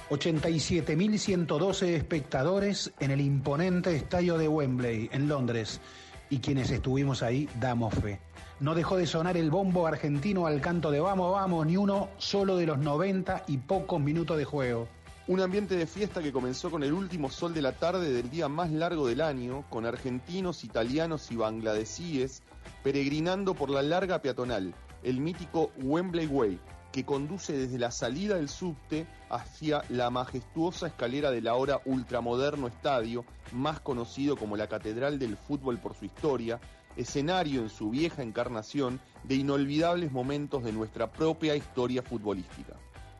87.112 espectadores en el imponente estadio de Wembley, en Londres. Y quienes estuvimos ahí damos fe. No dejó de sonar el bombo argentino al canto de vamos, vamos, ni uno solo de los 90 y pocos minutos de juego. Un ambiente de fiesta que comenzó con el último sol de la tarde del día más largo del año, con argentinos, italianos y bangladesíes peregrinando por la larga peatonal, el mítico Wembley Way, que conduce desde la salida del subte hacia la majestuosa escalera del ahora ultramoderno estadio, más conocido como la Catedral del Fútbol por su historia, escenario en su vieja encarnación de inolvidables momentos de nuestra propia historia futbolística.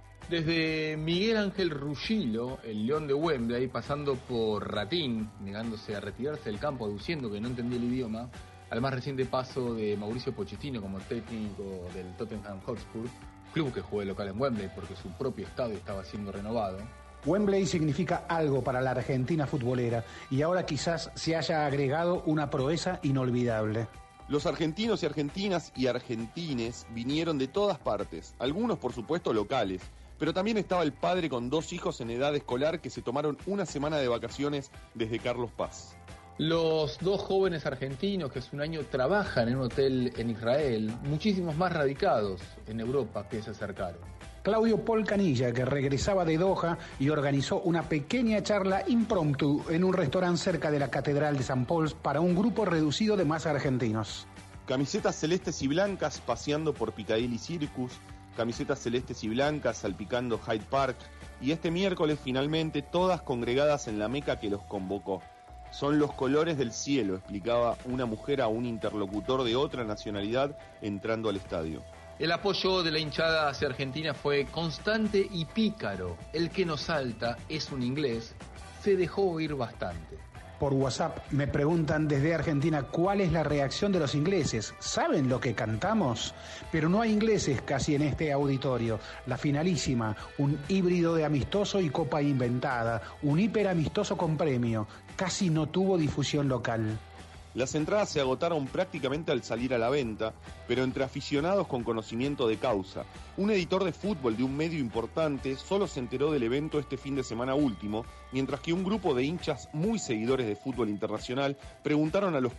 Desde Miguel Ángel Ruggilo, el León de Wembley, pasando por Ratín, negándose a retirarse del campo, aduciendo que no entendía el idioma, al más reciente paso de Mauricio Pochettino como técnico del Tottenham Hotspur, club que juega local en Wembley porque su propio estadio estaba siendo renovado. Wembley significa algo para la Argentina futbolera y ahora quizás se haya agregado una proeza inolvidable. Los argentinos y argentinas y argentines vinieron de todas partes, algunos por supuesto locales, pero también estaba el padre con 2 hijos en edad escolar que se tomaron una semana de vacaciones desde Carlos Paz. Los 2 jóvenes argentinos que hace un año trabajan en un hotel en Israel, muchísimos más radicados en Europa que se acercaron. Claudio Paul Canilla, que regresaba de Doha y organizó una pequeña charla impromptu en un restaurante cerca de la Catedral de San Paul para un grupo reducido de más argentinos. Camisetas celestes y blancas paseando por Piccadilly Circus, camisetas celestes y blancas salpicando Hyde Park, y este miércoles finalmente todas congregadas en la Meca que los convocó. Son los colores del cielo, explicaba una mujer a un interlocutor de otra nacionalidad entrando al estadio. El apoyo de la hinchada hacia Argentina fue constante y pícaro. El que nos salta es un inglés, se dejó oír bastante. Por WhatsApp me preguntan desde Argentina cuál es la reacción de los ingleses. ¿Saben lo que cantamos? Pero no hay ingleses casi en este auditorio. La finalísima, un híbrido de amistoso y copa inventada, un hiperamistoso con premio. Casi no tuvo difusión local. Las entradas se agotaron prácticamente al salir a la venta, pero entre aficionados con conocimiento de causa. Un editor de fútbol de un medio importante solo se enteró del evento este fin de semana último, mientras que un grupo de hinchas muy seguidores de fútbol internacional preguntaron a los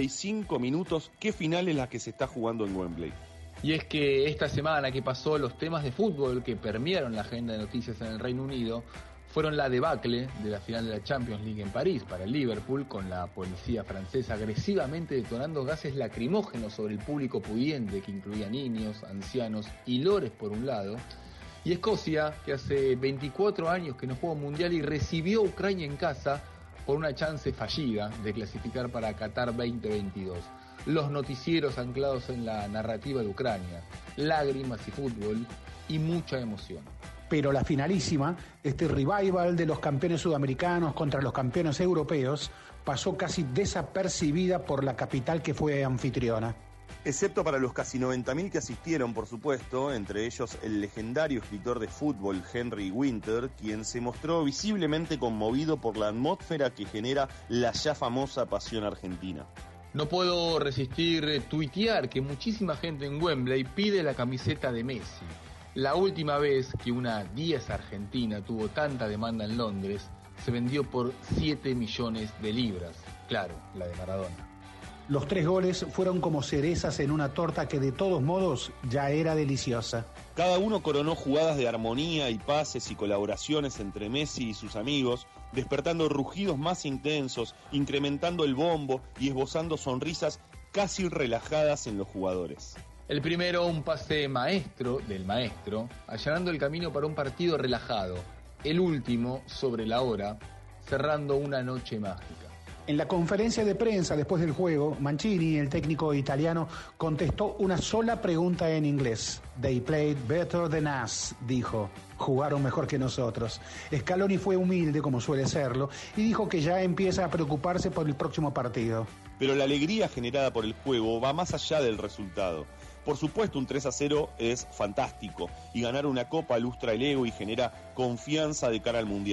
45 minutos qué final es la que se está jugando en Wembley. Y es que esta semana que pasó, los temas de fútbol que permearon la agenda de noticias en el Reino Unido fueron la debacle de la final de la Champions League en París para el Liverpool, con la policía francesa agresivamente detonando gases lacrimógenos sobre el público pudiente, que incluía niños, ancianos y lores por un lado, y Escocia, que hace 24 años que no juega un mundial y recibió a Ucrania en casa por una chance fallida de clasificar para Qatar 2022. Los noticieros anclados en la narrativa de Ucrania, lágrimas y fútbol y mucha emoción. Pero la finalísima, este revival de los campeones sudamericanos contra los campeones europeos, pasó casi desapercibida por la capital que fue anfitriona. Excepto para los casi 90.000 que asistieron, por supuesto, entre ellos el legendario escritor de fútbol Henry Winter, quien se mostró visiblemente conmovido por la atmósfera que genera la ya famosa pasión argentina. No puedo resistir tuitear que muchísima gente en Wembley pide la camiseta de Messi. La última vez que una 10 argentina tuvo tanta demanda en Londres, se vendió por 7 millones de libras. Claro, la de Maradona. Los 3 goles fueron como cerezas en una torta que de todos modos ya era deliciosa. Cada uno coronó jugadas de armonía y pases y colaboraciones entre Messi y sus amigos, despertando rugidos más intensos, incrementando el bombo y esbozando sonrisas casi relajadas en los jugadores. El primero, un pase maestro del maestro, allanando el camino para un partido relajado. El último, sobre la hora, cerrando una noche mágica. En la conferencia de prensa después del juego, Mancini, el técnico italiano, contestó una sola pregunta en inglés. They played better than us, dijo. Jugaron mejor que nosotros. Scaloni fue humilde, como suele serlo, y dijo que ya empieza a preocuparse por el próximo partido. Pero la alegría generada por el juego va más allá del resultado. Por supuesto, un 3-0 es fantástico y ganar una copa lustra el ego y genera confianza de cara al Mundial.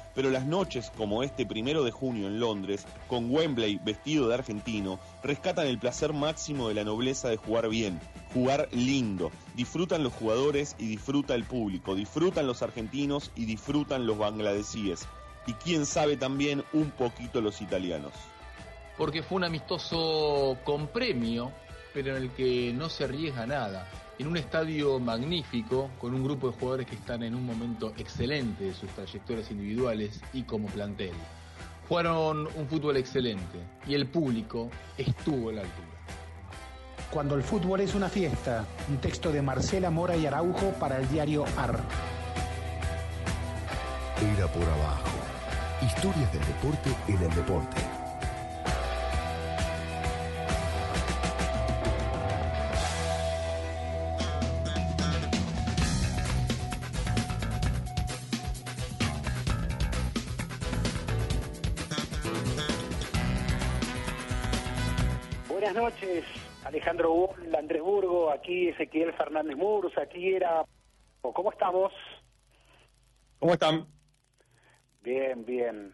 pero las noches como este 1 de junio en Londres, con Wembley vestido de argentino, rescatan el placer máximo de la nobleza de jugar bien, jugar lindo. Disfrutan los jugadores y disfruta el público, disfrutan los argentinos y disfrutan los bangladesíes. Y quién sabe también un poquito los italianos. Porque fue un amistoso con premio, pero en el que no se arriesga nada. En un estadio magnífico, con un grupo de jugadores que están en un momento excelente de sus trayectorias individuales y como plantel. Jugaron un fútbol excelente y el público estuvo a la altura. Cuando el fútbol es una fiesta, un texto de Marcela Mora y Araujo para el diario AR. Era por abajo. Historias del deporte en el deporte. Buenas noches, Alejandro Bull, Andrés Burgo, aquí Ezequiel Fernández Murs, aquí era... ¿Cómo estamos? ¿Cómo están? Bien, bien.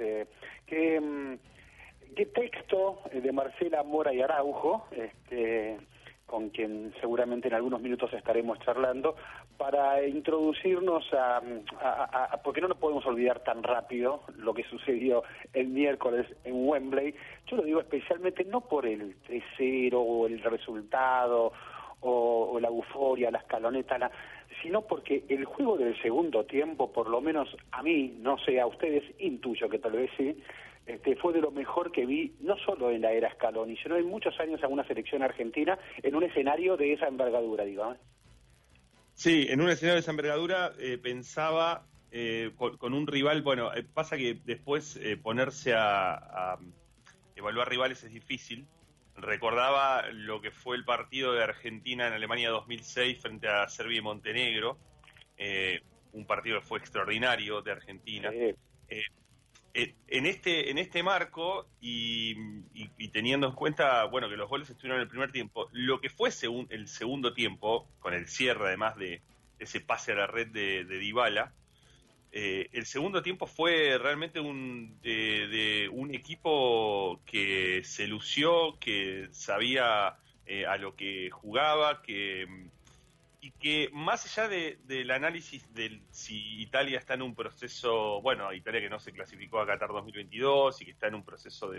¿Qué texto de Marcela Mora y Araujo, con quien seguramente en algunos minutos estaremos charlando, para introducirnos porque no nos podemos olvidar tan rápido lo que sucedió el miércoles en Wembley. Yo lo digo especialmente no por el 3-0 o el resultado o la euforia, la escaloneta, sino porque el juego del segundo tiempo, por lo menos a mí, no sé, a ustedes intuyo que tal vez sí, fue de lo mejor que vi, no solo en la era Scaloni, sino en muchos años a una selección argentina en un escenario de esa envergadura, digamos. Sí, en un escenario de esa envergadura pensaba con un rival, bueno, pasa que después ponerse a evaluar rivales es difícil. Recordaba lo que fue el partido de Argentina en Alemania 2006 frente a Serbia y Montenegro, un partido que fue extraordinario de Argentina. En este marco y teniendo en cuenta, bueno, que los goles estuvieron en el primer tiempo, lo que fue el segundo tiempo, con el cierre además de ese pase a la red de Dybala, el segundo tiempo fue realmente de un equipo que se lució, que sabía a lo que jugaba, y que más allá del análisis de si Italia está en un proceso, bueno, Italia que no se clasificó a Qatar 2022 y que está en un proceso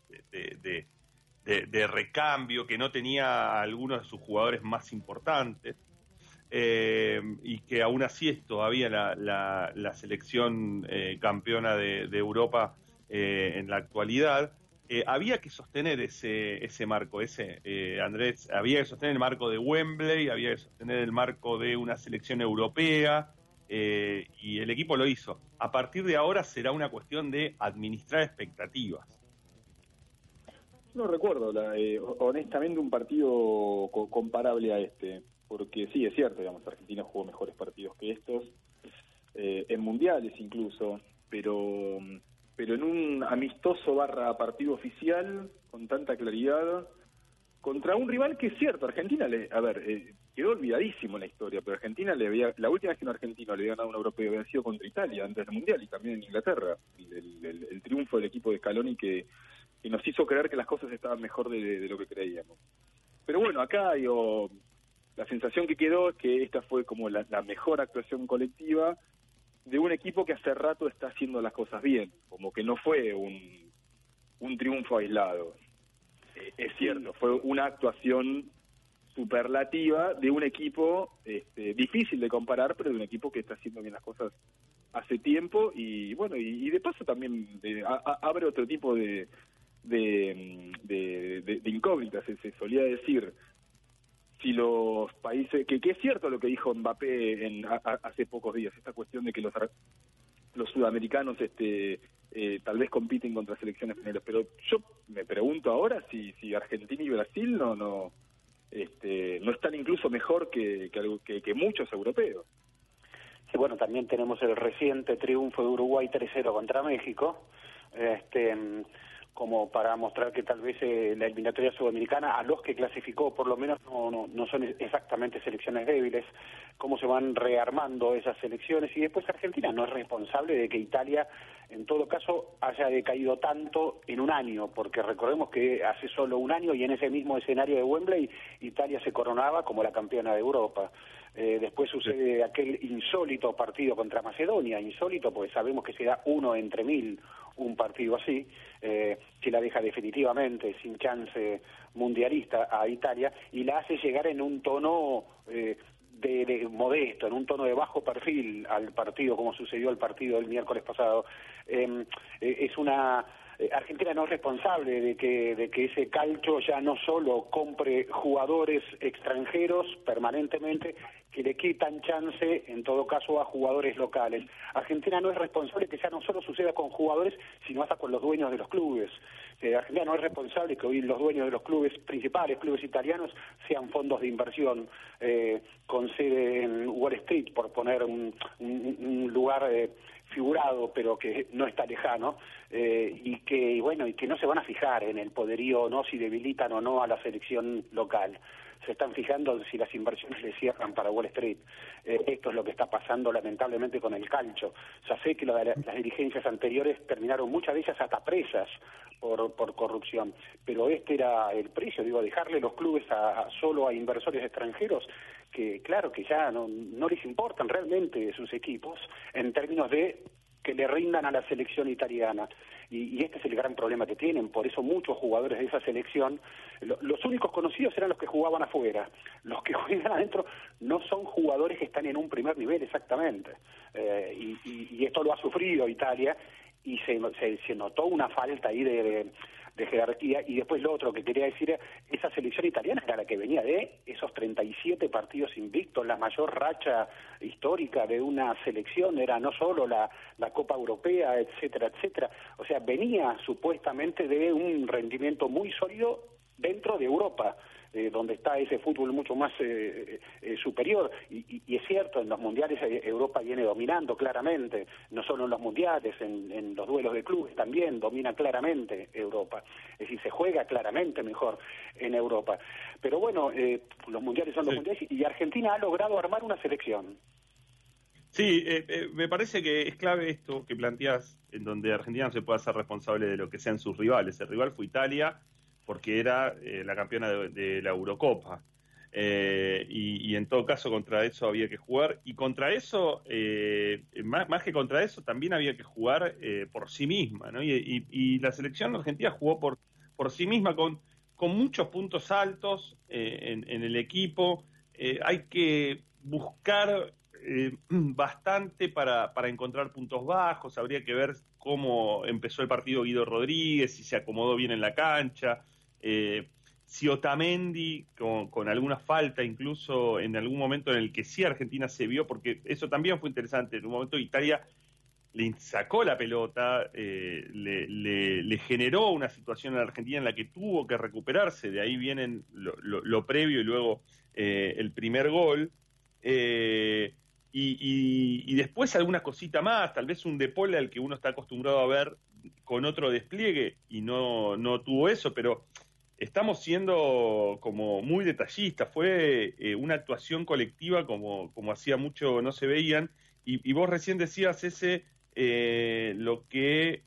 de recambio, que no tenía a algunos de sus jugadores más importantes, y que aún así es todavía la selección campeona de Europa en la actualidad. Había que sostener ese marco, Andrés, había que sostener el marco de Wembley, había que sostener el marco de una selección europea, y el equipo lo hizo. A partir de ahora será una cuestión de administrar expectativas. No recuerdo, honestamente, un partido comparable a este, porque sí, es cierto, digamos, Argentina jugó mejores partidos que estos, en mundiales incluso, pero en un amistoso / partido oficial, con tanta claridad, contra un rival que es cierto, Argentina, quedó olvidadísimo en la historia, pero Argentina la última vez que un argentino le había ganado a un europeo había sido contra Italia, antes del Mundial, y también en Inglaterra, el triunfo del equipo de Scaloni que nos hizo creer que las cosas estaban mejor de lo que creíamos. Pero bueno, acá la sensación que quedó es que esta fue como la mejor actuación colectiva de un equipo que hace rato está haciendo las cosas bien, como que no fue un triunfo aislado. Es cierto, fue una actuación superlativa de un equipo difícil de comparar, pero de un equipo que está haciendo bien las cosas hace tiempo, y bueno, y de paso también abre otro tipo de incógnitas. Se solía decir, si los países, que es cierto lo que dijo Mbappé hace pocos días, esta cuestión de que los sudamericanos tal vez compiten contra selecciones españolas, pero yo me pregunto ahora si Argentina y Brasil no están incluso mejor que muchos europeos. Sí, bueno, también tenemos el reciente triunfo de Uruguay 3-0 contra México, como para mostrar que tal vez la eliminatoria sudamericana, a los que clasificó por lo menos no son exactamente selecciones débiles, cómo se van rearmando esas selecciones, y después Argentina no es responsable de que Italia en todo caso haya decaído tanto en un año, porque recordemos que hace solo un año y en ese mismo escenario de Wembley Italia se coronaba como la campeona de Europa. Después sucede aquel insólito partido contra Macedonia, insólito porque sabemos que se da 1 entre 1000 un partido así, que la deja definitivamente sin chance mundialista a Italia y la hace llegar en un tono de modesto, en un tono de bajo perfil al partido, como sucedió el partido del miércoles pasado. Es una... Argentina no es responsable de que ese calcio ya no solo compre jugadores extranjeros permanentemente, que le quitan chance, en todo caso, a jugadores locales. Argentina no es responsable que ya no solo suceda con jugadores, sino hasta con los dueños de los clubes. Argentina no es responsable que hoy los dueños de los clubes principales, clubes italianos, sean fondos de inversión con sede en Wall Street, por poner un lugar figurado, pero que no está lejano, y que no se van a fijar en el poderío o no, si debilitan o no a la selección local. Se están fijando si las inversiones le cierran para Wall Street. Esto es lo que está pasando lamentablemente con el calcio. Ya sé que las dirigencias anteriores terminaron muchas de ellas hasta presas por corrupción, pero este era el precio, dejarle los clubes solo a inversores extranjeros, que claro que ya no les importan realmente sus equipos en términos de que le rindan a la selección italiana. Y este es el gran problema que tienen. Por eso muchos jugadores de esa selección, los únicos conocidos eran los que jugaban afuera. Los que juegan adentro no son jugadores que están en un primer nivel exactamente. Y esto lo ha sufrido Italia, y se notó una falta ahí de jerarquía. Y después lo otro que quería decir, esa selección italiana era la que venía de esos 37 partidos invictos, la mayor racha histórica de una selección, era no solo la Copa Europea, etcétera, etcétera. O sea, venía supuestamente de un rendimiento muy sólido dentro de Europa, donde está ese fútbol mucho más superior, y es cierto, en los mundiales Europa viene dominando claramente, no solo en los mundiales, en los duelos de clubes también domina claramente Europa, es decir, se juega claramente mejor en Europa, pero bueno, los mundiales son los mundiales, y Argentina ha logrado armar una selección. Sí, me parece que es clave esto que planteás, en donde Argentina no se puede hacer responsable de lo que sean sus rivales. El rival fue Italia, porque era la campeona de la Eurocopa. Y en todo caso contra eso había que jugar. Y contra eso, más que contra eso, también había que jugar por sí misma, ¿no? Y la selección argentina jugó por sí misma con muchos puntos altos en el equipo. Hay que buscar bastante para encontrar puntos bajos. Habría que ver cómo empezó el partido Guido Rodríguez, si se acomodó bien en la cancha, si Otamendi con alguna falta, incluso en algún momento en el que sí Argentina se vio, porque eso también fue interesante. En un momento Italia le sacó la pelota, le generó una situación a la Argentina en la que tuvo que recuperarse. De ahí vienen lo previo y luego el primer gol. Y después alguna cosita más, tal vez un De Paul al que uno está acostumbrado a ver con otro despliegue y no tuvo eso, pero estamos siendo como muy detallistas. Fue una actuación colectiva como hacía mucho no se veían, y vos recién decías lo que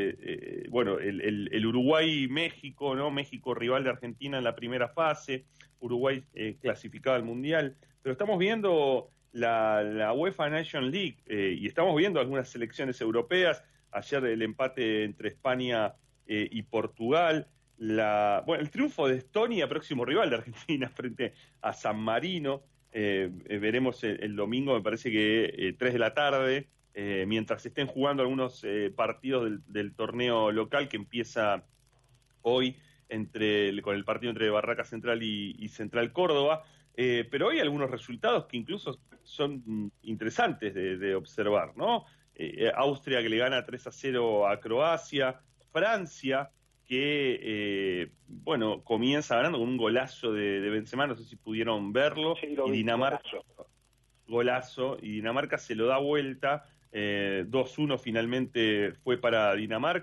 el Uruguay-México, ¿no? México rival de Argentina en la primera fase, Uruguay clasificado al Mundial, pero estamos viendo la UEFA Nation League, y estamos viendo algunas selecciones europeas. Ayer el empate entre España y Portugal, el triunfo de Estonia, próximo rival de Argentina, frente a San Marino. Veremos el domingo, me parece que 3 de la tarde, mientras estén jugando algunos partidos del torneo local que empieza hoy con el partido entre Barraca Central y Central Córdoba. Pero hay algunos resultados que incluso son interesantes de observar, ¿no? Austria, que le gana 3-0 a Croacia, Francia, que comienza ganando con un golazo de Benzema, no sé si pudieron verlo, sí, y Dinamarca, golazo, y Dinamarca se lo da vuelta, 2-1 finalmente fue para Dinamarca.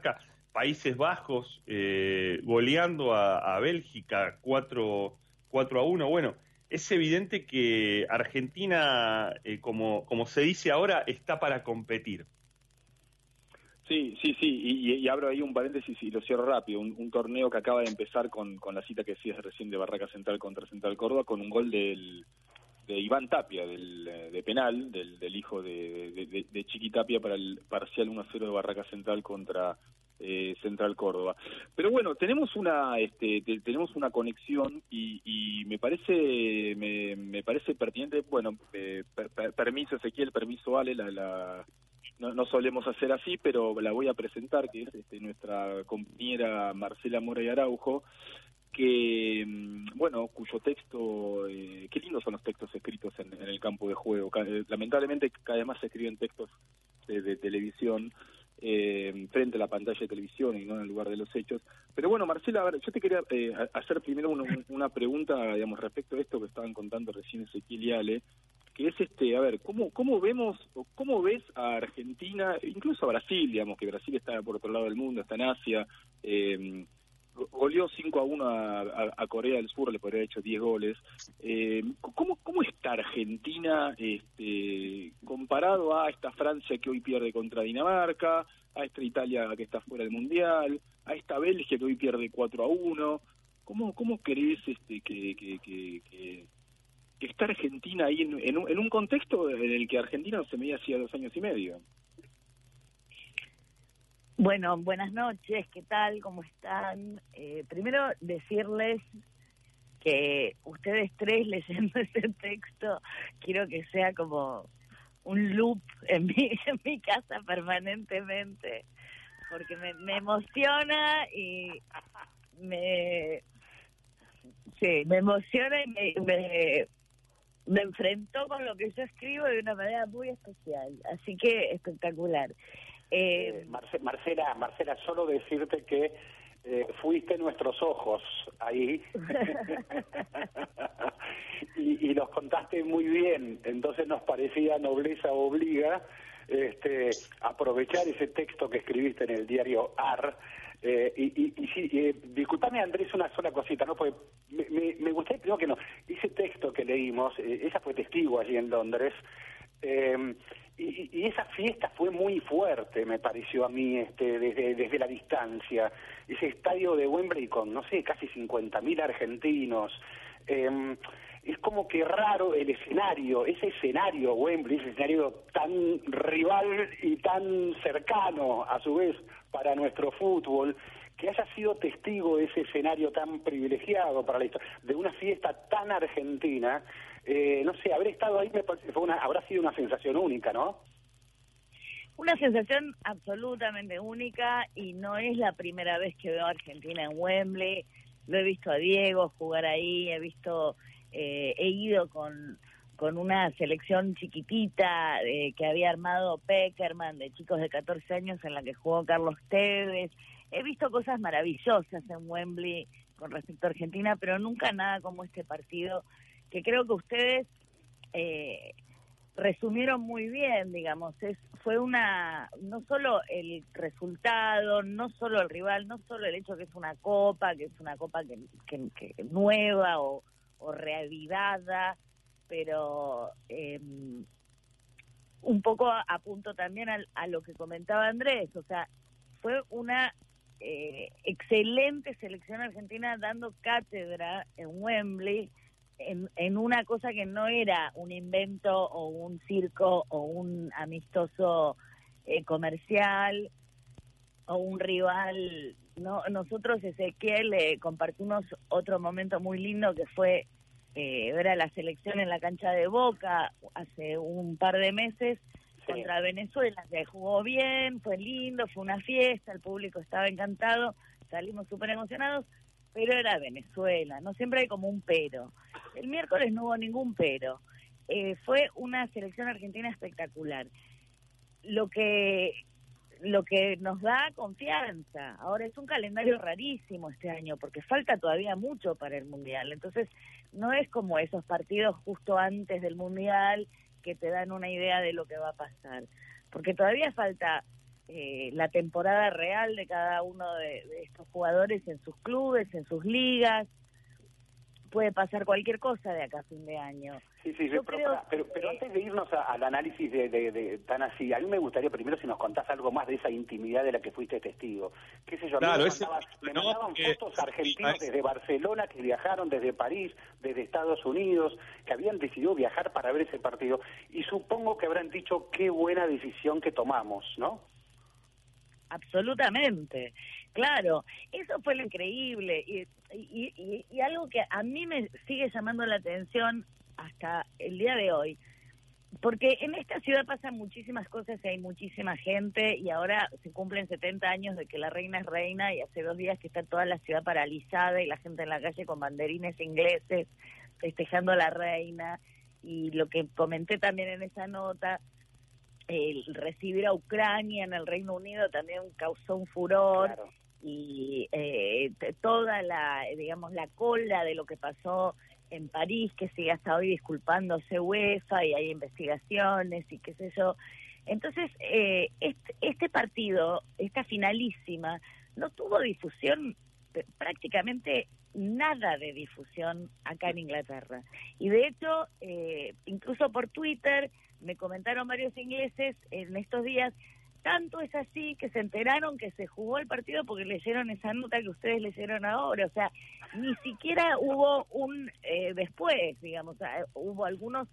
Países Bajos goleando a Bélgica 4-1. Bueno, es evidente que Argentina, como se dice ahora, está para competir. Sí, y abro ahí un paréntesis y lo cierro rápido. Un torneo que acaba de empezar con la cita que decías recién de Barraca Central contra Central Córdoba, con un gol de Iván Tapia, de penal, del hijo de Chiqui Tapia, para el parcial 1-0 de Barraca Central contra Central Córdoba. Pero bueno, tenemos una conexión y me parece pertinente. Bueno, permiso Ezequiel, permiso Ale, no solemos hacer así, pero la voy a presentar, que es nuestra compañera Marcela Mora y Araujo, que, bueno, cuyo texto, qué lindos son los textos escritos en el campo de juego. Lamentablemente cada vez más se escriben textos de televisión frente a la pantalla de televisión y no en el lugar de los hechos. Pero bueno, Marcela, a ver, yo te quería hacer primero una pregunta, digamos, respecto a esto que estaban contando recién Ezequiel y Ale, que es a ver, ¿cómo ves a Argentina, incluso a Brasil, digamos, que Brasil está por otro lado del mundo, está en Asia, goleó 5-1 a Corea del Sur, le podría haber hecho 10 goles. ¿Cómo está Argentina comparado a esta Francia que hoy pierde contra Dinamarca, a esta Italia que está fuera del Mundial, a esta Bélgica que hoy pierde 4-1? ¿Cómo crees que está Argentina ahí en un contexto en el que Argentina no se medía hacía 2 años y medio? Bueno, buenas noches, ¿qué tal? ¿Cómo están? Primero decirles que ustedes tres leyendo ese texto, quiero que sea como un loop en mi casa permanentemente, porque me emociona y me emociona y me enfrentó con lo que yo escribo de una manera muy especial, así que espectacular. Marcela, solo decirte que fuiste nuestros ojos ahí y los contaste muy bien, entonces nos parecía nobleza obliga aprovechar ese texto que escribiste en el diario AR. Disculpame, Andrés, una sola cosita, ¿no? Porque me gustaría, primero que no, ese texto que leímos, ella fue testigo allí en Londres, y esa fiesta fue muy fuerte, me pareció a mí, desde la distancia. Ese estadio de Wembley con, no sé, casi 50.000 argentinos. Es como que raro el escenario, ese escenario Wembley, ese escenario tan rival y tan cercano a su vez para nuestro fútbol, que haya sido testigo de ese escenario tan privilegiado para la historia, de una fiesta tan argentina. No sé, haber estado ahí me parece que habrá sido una sensación única, ¿no? Una sensación absolutamente única, y no es la primera vez que veo a Argentina en Wembley. Lo he visto a Diego jugar ahí, he ido con una selección chiquitita que había armado Peckerman, de chicos de 14 años, en la que jugó Carlos Tevez. He visto cosas maravillosas en Wembley con respecto a Argentina, pero nunca nada como este partido, que creo que ustedes resumieron muy bien, digamos. Fue no solo el resultado, no solo el rival, no solo el hecho que es una copa que nueva o reavivada, pero un poco apunto también a lo que comentaba Andrés, o sea, fue una excelente selección argentina dando cátedra en Wembley, en una cosa que no era un invento o un circo o un amistoso comercial o un rival. No, nosotros, Ezequiel, compartimos otro momento muy lindo que fue ver a la selección en la cancha de Boca hace un par de meses, sí, contra Venezuela, que jugó bien, fue lindo, fue una fiesta, el público estaba encantado, salimos súper emocionados, pero era Venezuela, no siempre hay como un pero. El miércoles no hubo ningún pero. Fue una selección argentina espectacular. Lo que nos da confianza. Ahora es un calendario rarísimo este año, porque falta todavía mucho para el Mundial. Entonces, no es como esos partidos justo antes del Mundial que te dan una idea de lo que va a pasar. Porque todavía falta la temporada real de cada uno de estos jugadores en sus clubes, en sus ligas. Puede pasar cualquier cosa de acá a fin de año. Sí, pero antes de irnos al análisis de tan así, a mí me gustaría primero si nos contás algo más de esa intimidad de la que fuiste testigo. ¿Qué sé yo? Claro, me mandaban fotos argentinos desde Barcelona que viajaron, desde París, desde Estados Unidos, que habían decidido viajar para ver ese partido. Y supongo que habrán dicho qué buena decisión que tomamos, ¿no? Absolutamente, claro, eso fue lo increíble y algo que a mí me sigue llamando la atención hasta el día de hoy, porque en esta ciudad pasan muchísimas cosas y hay muchísima gente y ahora se cumplen 70 años de que la reina es reina y hace 2 días que está toda la ciudad paralizada y la gente en la calle con banderines ingleses festejando a la reina, y lo que comenté también en esa nota, el recibir a Ucrania en el Reino Unido también causó un furor. Claro. Y toda la cola de lo que pasó en París, que sigue hasta hoy disculpándose UEFA y hay investigaciones y qué sé yo. Entonces, este partido, esta finalísima, no tuvo difusión, prácticamente nada de difusión acá en Inglaterra. Y de hecho, incluso por Twitter, me comentaron varios ingleses en estos días, tanto es así que se enteraron que se jugó el partido porque leyeron esa nota que ustedes leyeron ahora. O sea, ni siquiera hubo un después, digamos. O sea, hubo algunos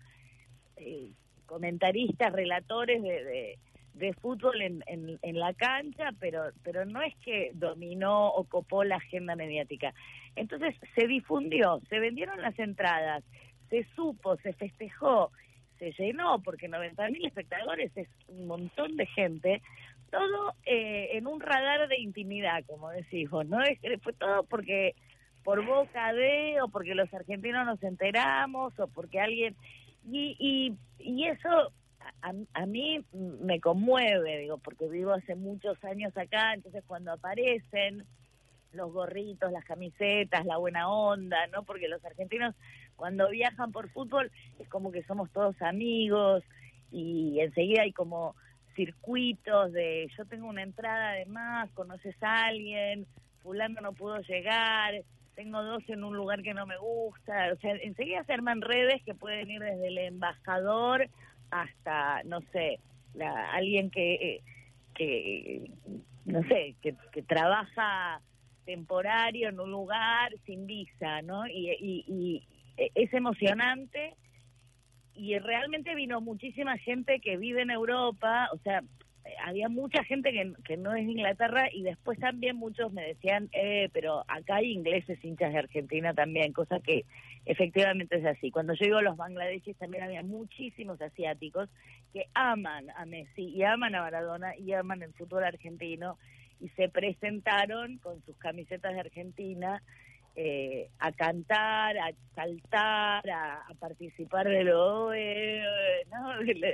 comentaristas, relatores de fútbol en la cancha, pero no es que dominó o copó la agenda mediática. Entonces se difundió, se vendieron las entradas, se supo, se festejó, se llenó, porque 90.000 espectadores es un montón de gente, todo en un radar de intimidad, como decís vos, ¿no? Fue todo porque por boca de, o porque los argentinos nos enteramos, o porque alguien... Y eso a mí me conmueve, digo, porque vivo hace muchos años acá, entonces cuando aparecen los gorritos, las camisetas, la buena onda, ¿no? Porque los argentinos cuando viajan por fútbol es como que somos todos amigos y enseguida hay como circuitos de yo tengo una entrada de más, conoces a alguien, fulano no pudo llegar, tengo 2 en un lugar que no me gusta, o sea, enseguida se arman redes que pueden ir desde el embajador hasta, no sé, alguien que no sé, que trabaja temporario en un lugar sin visa, ¿no? Y es emocionante, y realmente vino muchísima gente que vive en Europa, o sea, había mucha gente que no es de Inglaterra, y después también muchos me decían, pero acá hay ingleses hinchas de Argentina también, cosa que efectivamente es así. Cuando yo digo los bangladeshis, también había muchísimos asiáticos que aman a Messi y aman a Maradona y aman el fútbol argentino, y se presentaron con sus camisetas de Argentina a cantar, a saltar, a participar de lo ¿no?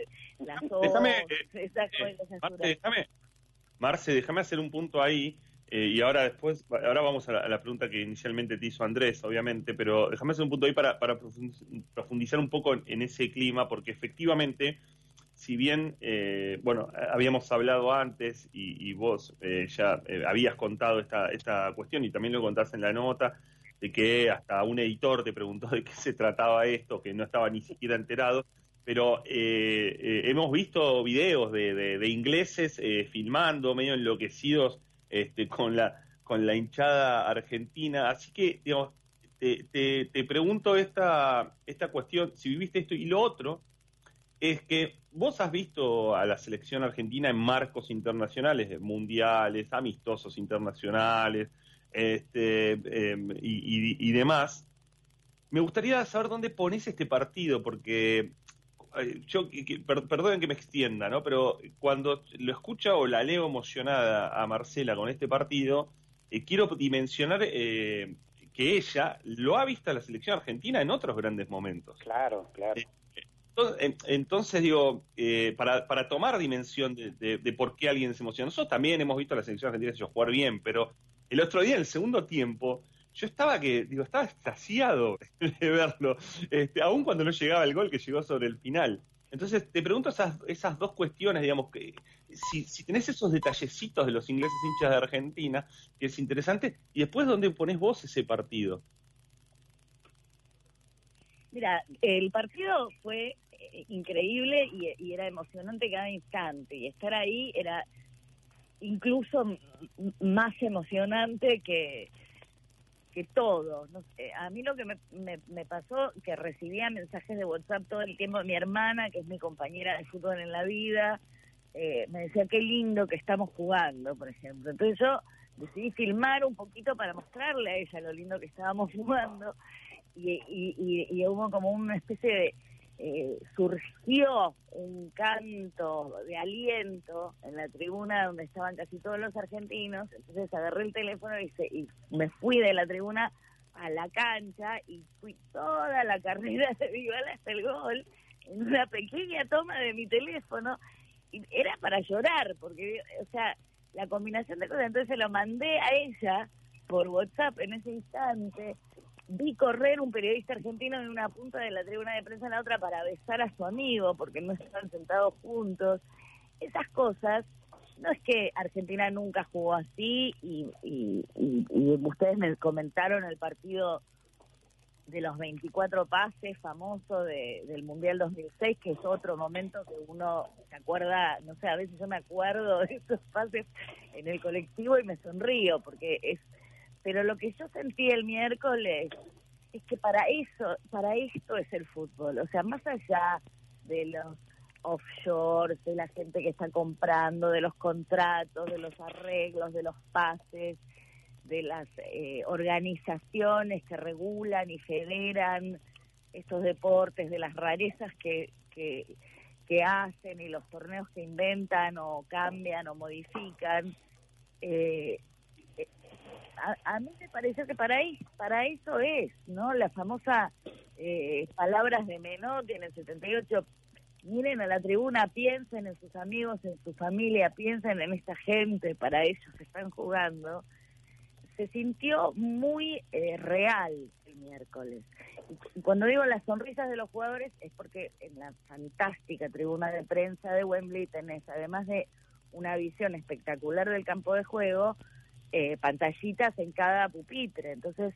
Déjame hacer un punto ahí, y ahora vamos a la pregunta que inicialmente te hizo Andrés, obviamente, pero déjame hacer un punto ahí para profundizar un poco en ese clima, porque efectivamente, si bien, habíamos hablado antes y vos ya habías contado esta cuestión, y también lo contás en la nota, de que hasta un editor te preguntó de qué se trataba esto, que no estaba ni siquiera enterado, pero hemos visto videos de ingleses filmando, medio enloquecidos con la hinchada argentina, así que, digamos, te pregunto esta cuestión, si viviste esto, y lo otro es que vos has visto a la selección argentina en marcos internacionales, mundiales, amistosos internacionales, y demás. Me gustaría saber dónde pones este partido, porque perdonen que me extienda, ¿no? Pero cuando lo escucho o la leo emocionada a Marcela con este partido, quiero dimensionar que ella lo ha visto a la selección argentina en otros grandes momentos. Claro. Entonces digo, para tomar dimensión de por qué alguien se emociona. Nosotros también hemos visto a la selección argentina jugar bien, pero el otro día, en el segundo tiempo, yo estaba extasiado de verlo, aun cuando no llegaba el gol que llegó sobre el final. Entonces, te pregunto esas dos cuestiones, digamos, que si tenés esos detallecitos de los ingleses hinchas de Argentina, que es interesante, y después, ¿dónde ponés vos ese partido? Mira, el partido fue increíble y era emocionante cada instante, y estar ahí era incluso más emocionante que todo. No sé, a mí lo que me pasó, que recibía mensajes de WhatsApp todo el tiempo de mi hermana, que es mi compañera de fútbol en la vida, me decía qué lindo que estamos jugando, por ejemplo. Entonces yo decidí filmar un poquito para mostrarle a ella lo lindo que estábamos jugando, y hubo como una especie de surgió un canto de aliento en la tribuna donde estaban casi todos los argentinos. Entonces agarré el teléfono y me fui de la tribuna a la cancha y fui toda la carrera de Vival hasta el gol en una pequeña toma de mi teléfono, y era para llorar, porque, o sea, la combinación de cosas. Entonces se lo mandé a ella por WhatsApp en ese instante. Vi correr un periodista argentino en una punta de la tribuna de prensa en la otra para besar a su amigo, porque no estaban sentados juntos. Esas cosas, no es que Argentina nunca jugó así, y ustedes me comentaron el partido de los 24 pases famoso del Mundial 2006, que es otro momento que uno se acuerda, no sé, a veces yo me acuerdo de esos pases en el colectivo y me sonrío, porque pero lo que yo sentí el miércoles es que para esto es el fútbol. O sea, más allá de los offshores, de la gente que está comprando, de los contratos, de los arreglos, de los pases, de las organizaciones que regulan y federan estos deportes, de las rarezas que hacen y los torneos que inventan o cambian o modifican, a mí me parece que para eso es, ¿no? La famosa palabras de Menotti en el 78, miren a la tribuna, piensen en sus amigos, en su familia, piensen en esta gente, para ellos están jugando. Se sintió muy real el miércoles. Y cuando digo las sonrisas de los jugadores es porque en la fantástica tribuna de prensa de Wembley tenés, además de una visión espectacular del campo de juego, pantallitas en cada pupitre. Entonces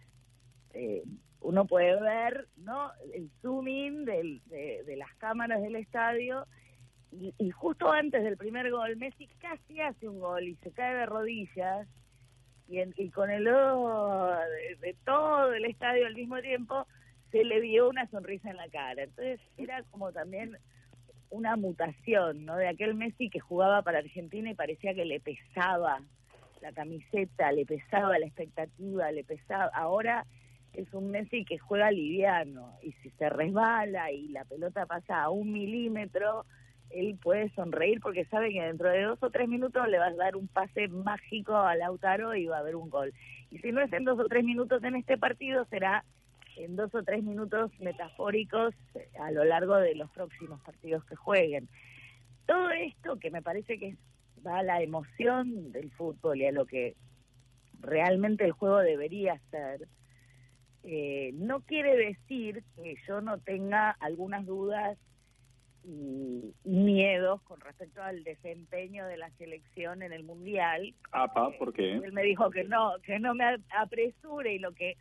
uno puede ver, ¿no?, el zoom in de las cámaras del estadio, y justo antes del primer gol Messi casi hace un gol y se cae de rodillas, y con el ojo de todo el estadio al mismo tiempo se le vio una sonrisa en la cara. Entonces era como también una mutación, ¿no?, de aquel Messi que jugaba para Argentina y parecía que le pesaba la camiseta, le pesaba la expectativa, le pesaba. Ahora es un Messi que juega liviano, y si se resbala y la pelota pasa a 1 milímetro, él puede sonreír porque sabe que dentro de 2 o 3 minutos le vas a dar un pase mágico a Lautaro y va a haber un gol. Y si no es en 2 o 3 minutos en este partido, será en 2 o 3 minutos metafóricos a lo largo de los próximos partidos que jueguen. Todo esto, que me parece que va a la emoción del fútbol y a lo que realmente el juego debería ser, no quiere decir que yo no tenga algunas dudas y miedos con respecto al desempeño de la selección en el Mundial. ¿Por qué? Él me dijo que no me apresure, y lo que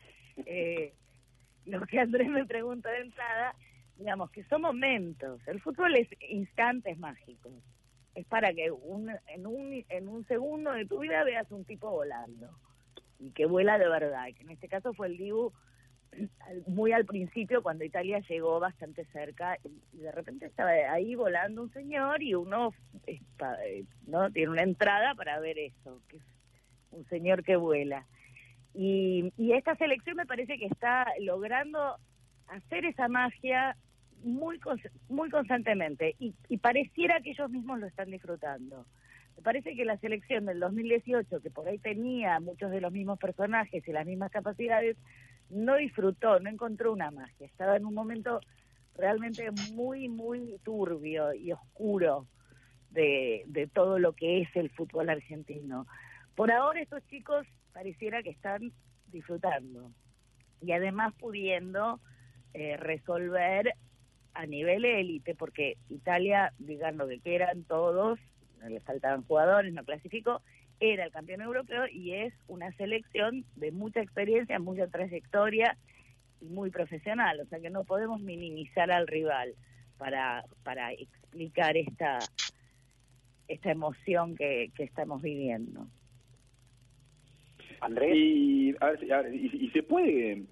Andrés me preguntó de entrada, digamos que son momentos. El fútbol es instantes mágicos. Es para que en un segundo de tu vida veas un tipo volando, y que vuela de verdad, que en este caso fue el Dibu muy al principio, cuando Italia llegó bastante cerca, y de repente estaba ahí volando un señor, y uno no tiene una entrada para ver eso, que es un señor que vuela. Y esta selección me parece que está logrando hacer esa magia muy constantemente, y pareciera que ellos mismos lo están disfrutando. Me parece que la selección del 2018, que por ahí tenía muchos de los mismos personajes y las mismas capacidades, no disfrutó, no encontró una magia. Estaba en un momento realmente muy, muy turbio y oscuro de todo lo que es el fútbol argentino. Por ahora estos chicos pareciera que están disfrutando, y además pudiendo resolver a nivel élite, porque Italia, digan lo que quieran todos, no le faltaban jugadores, no clasificó, era el campeón europeo y es una selección de mucha experiencia, mucha trayectoria y muy profesional, o sea que no podemos minimizar al rival para explicar esta emoción que estamos viviendo. Andrés. Y se puede,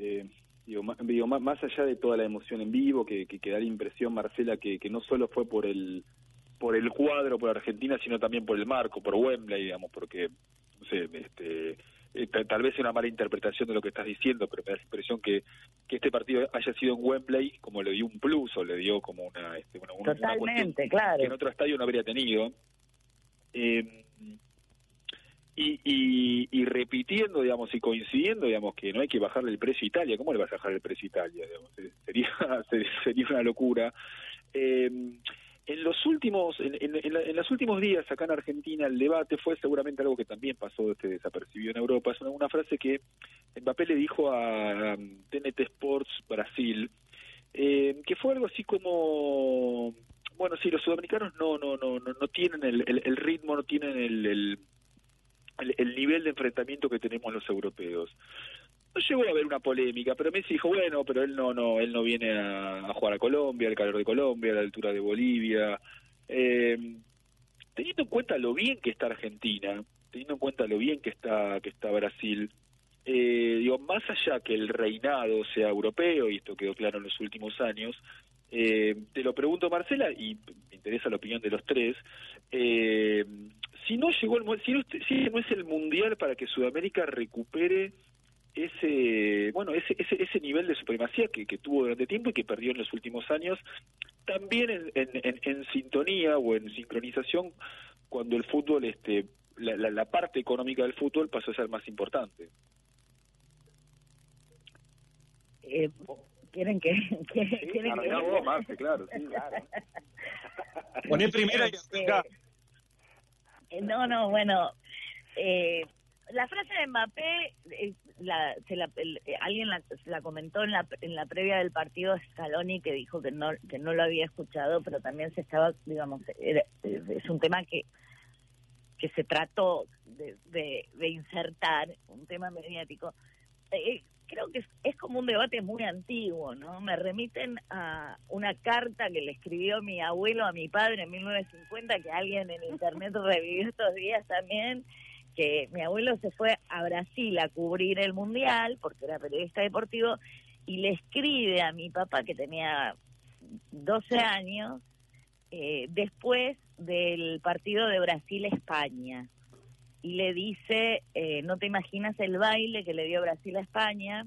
más allá de toda la emoción en vivo, que da la impresión, Marcela, que no solo fue por el cuadro, por Argentina, sino también por el marco, por Wembley, digamos, porque, no sé, tal vez es una mala interpretación de lo que estás diciendo, pero me da la impresión que este partido haya sido en Wembley como le dio un plus, o le dio como una Totalmente, cuestión claro, que en otro estadio no habría tenido. Y repitiendo, digamos, y coincidiendo, digamos, que no hay que bajarle el precio a Italia. ¿Cómo le vas a bajar el precio a Italia? Digamos, sería una locura. En los últimos días acá en Argentina el debate fue seguramente algo que también pasó desapercibido en Europa. Es una frase que Mbappé le dijo a TNT Sports Brasil, que fue algo así como, bueno, sí, los sudamericanos no tienen el ritmo, no tienen el nivel de enfrentamiento que tenemos los europeos. No llegó a haber una polémica, pero Messi dijo, bueno, pero él no viene a jugar a Colombia, al calor de Colombia, a la altura de Bolivia. Teniendo en cuenta lo bien que está Argentina, teniendo en cuenta lo bien que está Brasil, más allá que el reinado sea europeo, y esto quedó claro en los últimos años, te lo pregunto, Marcela, y me interesa la opinión de los tres, si no no es el mundial para que Sudamérica recupere ese nivel de supremacía que tuvo durante tiempo y que perdió en los últimos años, también en sintonía o en sincronización cuando el fútbol, la parte económica del fútbol pasó a ser más importante. ¿Quieren que vos, Marce, claro, sí, claro. Poné primera y acá. Bueno, la frase de Mbappé, alguien la comentó en la previa del partido de Scaloni, que dijo que no lo había escuchado, pero también se estaba, digamos, es un tema que se trató de insertar, un tema mediático. Creo que es como un debate muy antiguo, ¿no? Me remiten a una carta que le escribió mi abuelo a mi padre en 1950, que alguien en internet revivió estos días también, que mi abuelo se fue a Brasil a cubrir el Mundial, porque era periodista deportivo, y le escribe a mi papá, que tenía 12 años, después del partido de Brasil-España. Y le dice, no te imaginas el baile que le dio Brasil a España,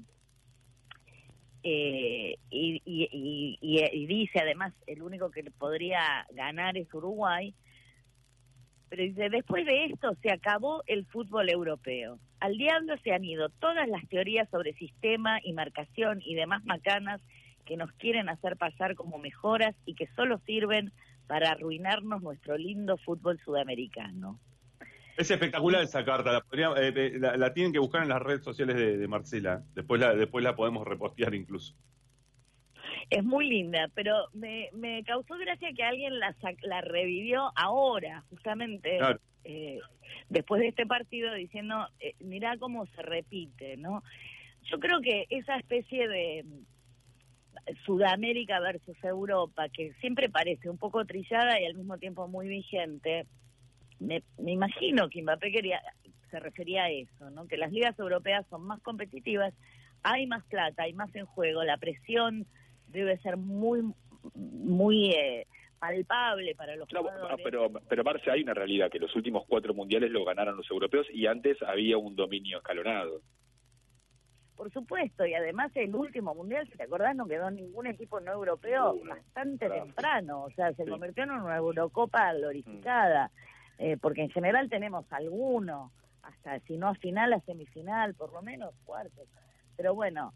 y dice además, el único que podría ganar es Uruguay, pero dice, después de esto se acabó el fútbol europeo. Al diablo se han ido todas las teorías sobre sistema y marcación y demás macanas que nos quieren hacer pasar como mejoras y que solo sirven para arruinarnos nuestro lindo fútbol sudamericano. Es espectacular esa carta, la tienen que buscar en las redes sociales de Marcela, después la podemos repostear incluso. Es muy linda, pero me causó gracia que alguien la revivió ahora, justamente, claro. Después de este partido, diciendo, mirá cómo se repite, ¿no? Yo creo que esa especie de Sudamérica versus Europa, que siempre parece un poco trillada y al mismo tiempo muy vigente, me imagino que Mbappé se refería a eso, ¿no? Que las ligas europeas son más competitivas, hay más plata, hay más en juego, la presión debe ser muy palpable para los jugadores. Pero Marce, hay una realidad, que los últimos 4 mundiales lo ganaron los europeos y antes había un dominio escalonado. Por supuesto, y además el último mundial, si te acordás, no quedó ningún equipo no europeo bastante temprano, o sea, se convirtió en una Eurocopa glorificada. Porque en general tenemos alguno, hasta si no a final, a semifinal, por lo menos cuartos. Pero bueno,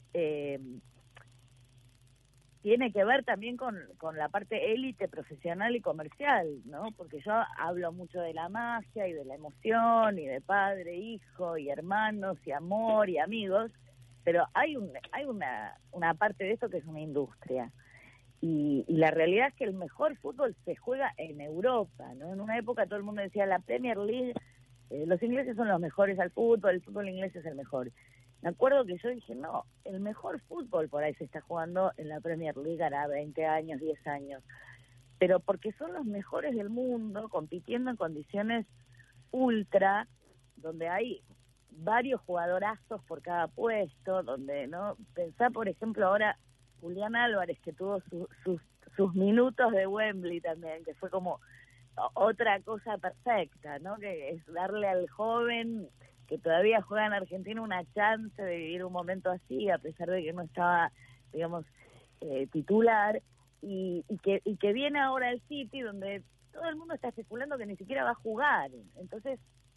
tiene que ver también con la parte élite profesional y comercial, ¿no? Porque yo hablo mucho de la magia y de la emoción y de padre, hijo y hermanos y amor y amigos, pero hay una parte de esto que es una industria. y la realidad es que el mejor fútbol se juega en Europa, ¿no? En una época todo el mundo decía la Premier League, los ingleses son los mejores al fútbol, el fútbol inglés es el mejor. Me acuerdo que yo dije, no, el mejor fútbol por ahí se está jugando en la Premier League, hará 20 años, 10 años, pero porque son los mejores del mundo compitiendo en condiciones ultra, donde hay varios jugadorazos por cada puesto, donde, ¿no? Pensá, por ejemplo, ahora Julián Álvarez, que tuvo sus minutos de Wembley también, que fue como otra cosa perfecta, ¿no? Que es darle al joven que todavía juega en Argentina una chance de vivir un momento así, a pesar de que no estaba, digamos, titular, y que viene ahora al City, donde todo el mundo está especulando que ni siquiera va a jugar. Entonces,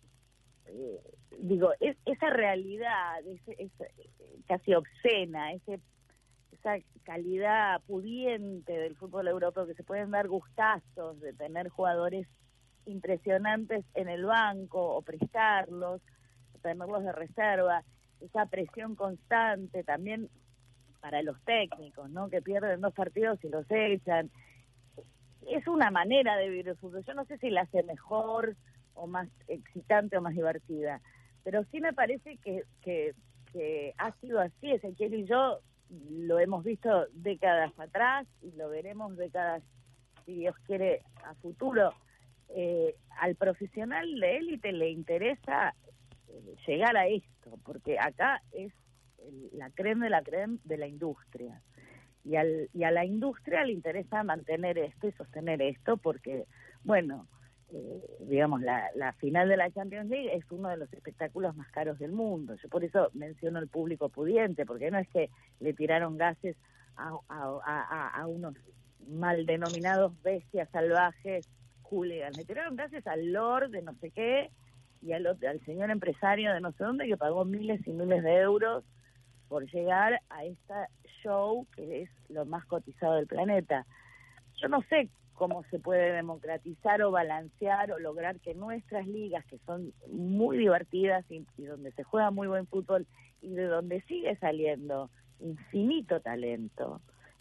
esa realidad, casi obscena, esa calidad pudiente del fútbol europeo, que se pueden dar gustazos de tener jugadores impresionantes en el banco o prestarlos, tenerlos de reserva, esa presión constante también para los técnicos, ¿no? Que pierden 2 partidos y los echan. Es una manera de vivir el fútbol. Yo no sé si la hace mejor o más excitante o más divertida, pero sí me parece que ha sido así. Ezequiel y yo lo hemos visto décadas atrás y lo veremos décadas, si Dios quiere, a futuro. Al profesional de élite le interesa llegar a esto, porque acá es la creme de la creme de la industria, y a la industria le interesa mantener esto y sostener esto, porque, bueno, digamos, la final de la Champions League es uno de los espectáculos más caros del mundo. Yo por eso menciono el público pudiente, porque no es que le tiraron gases a unos mal denominados bestias salvajes hooligans, le tiraron gases al lord de no sé qué y al señor empresario de no sé dónde, que pagó miles y miles de euros por llegar a esta show que es lo más cotizado del planeta. Yo no sé cómo se puede democratizar o balancear o lograr que nuestras ligas, que son muy divertidas y donde se juega muy buen fútbol y de donde sigue saliendo infinito talento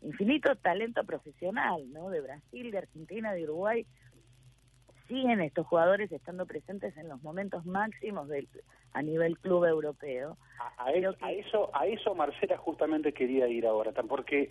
profesional, ¿no? De Brasil, de Argentina, de Uruguay, siguen estos jugadores estando presentes en los momentos máximos a nivel club europeo. A eso, Marcela, justamente quería ir ahora, porque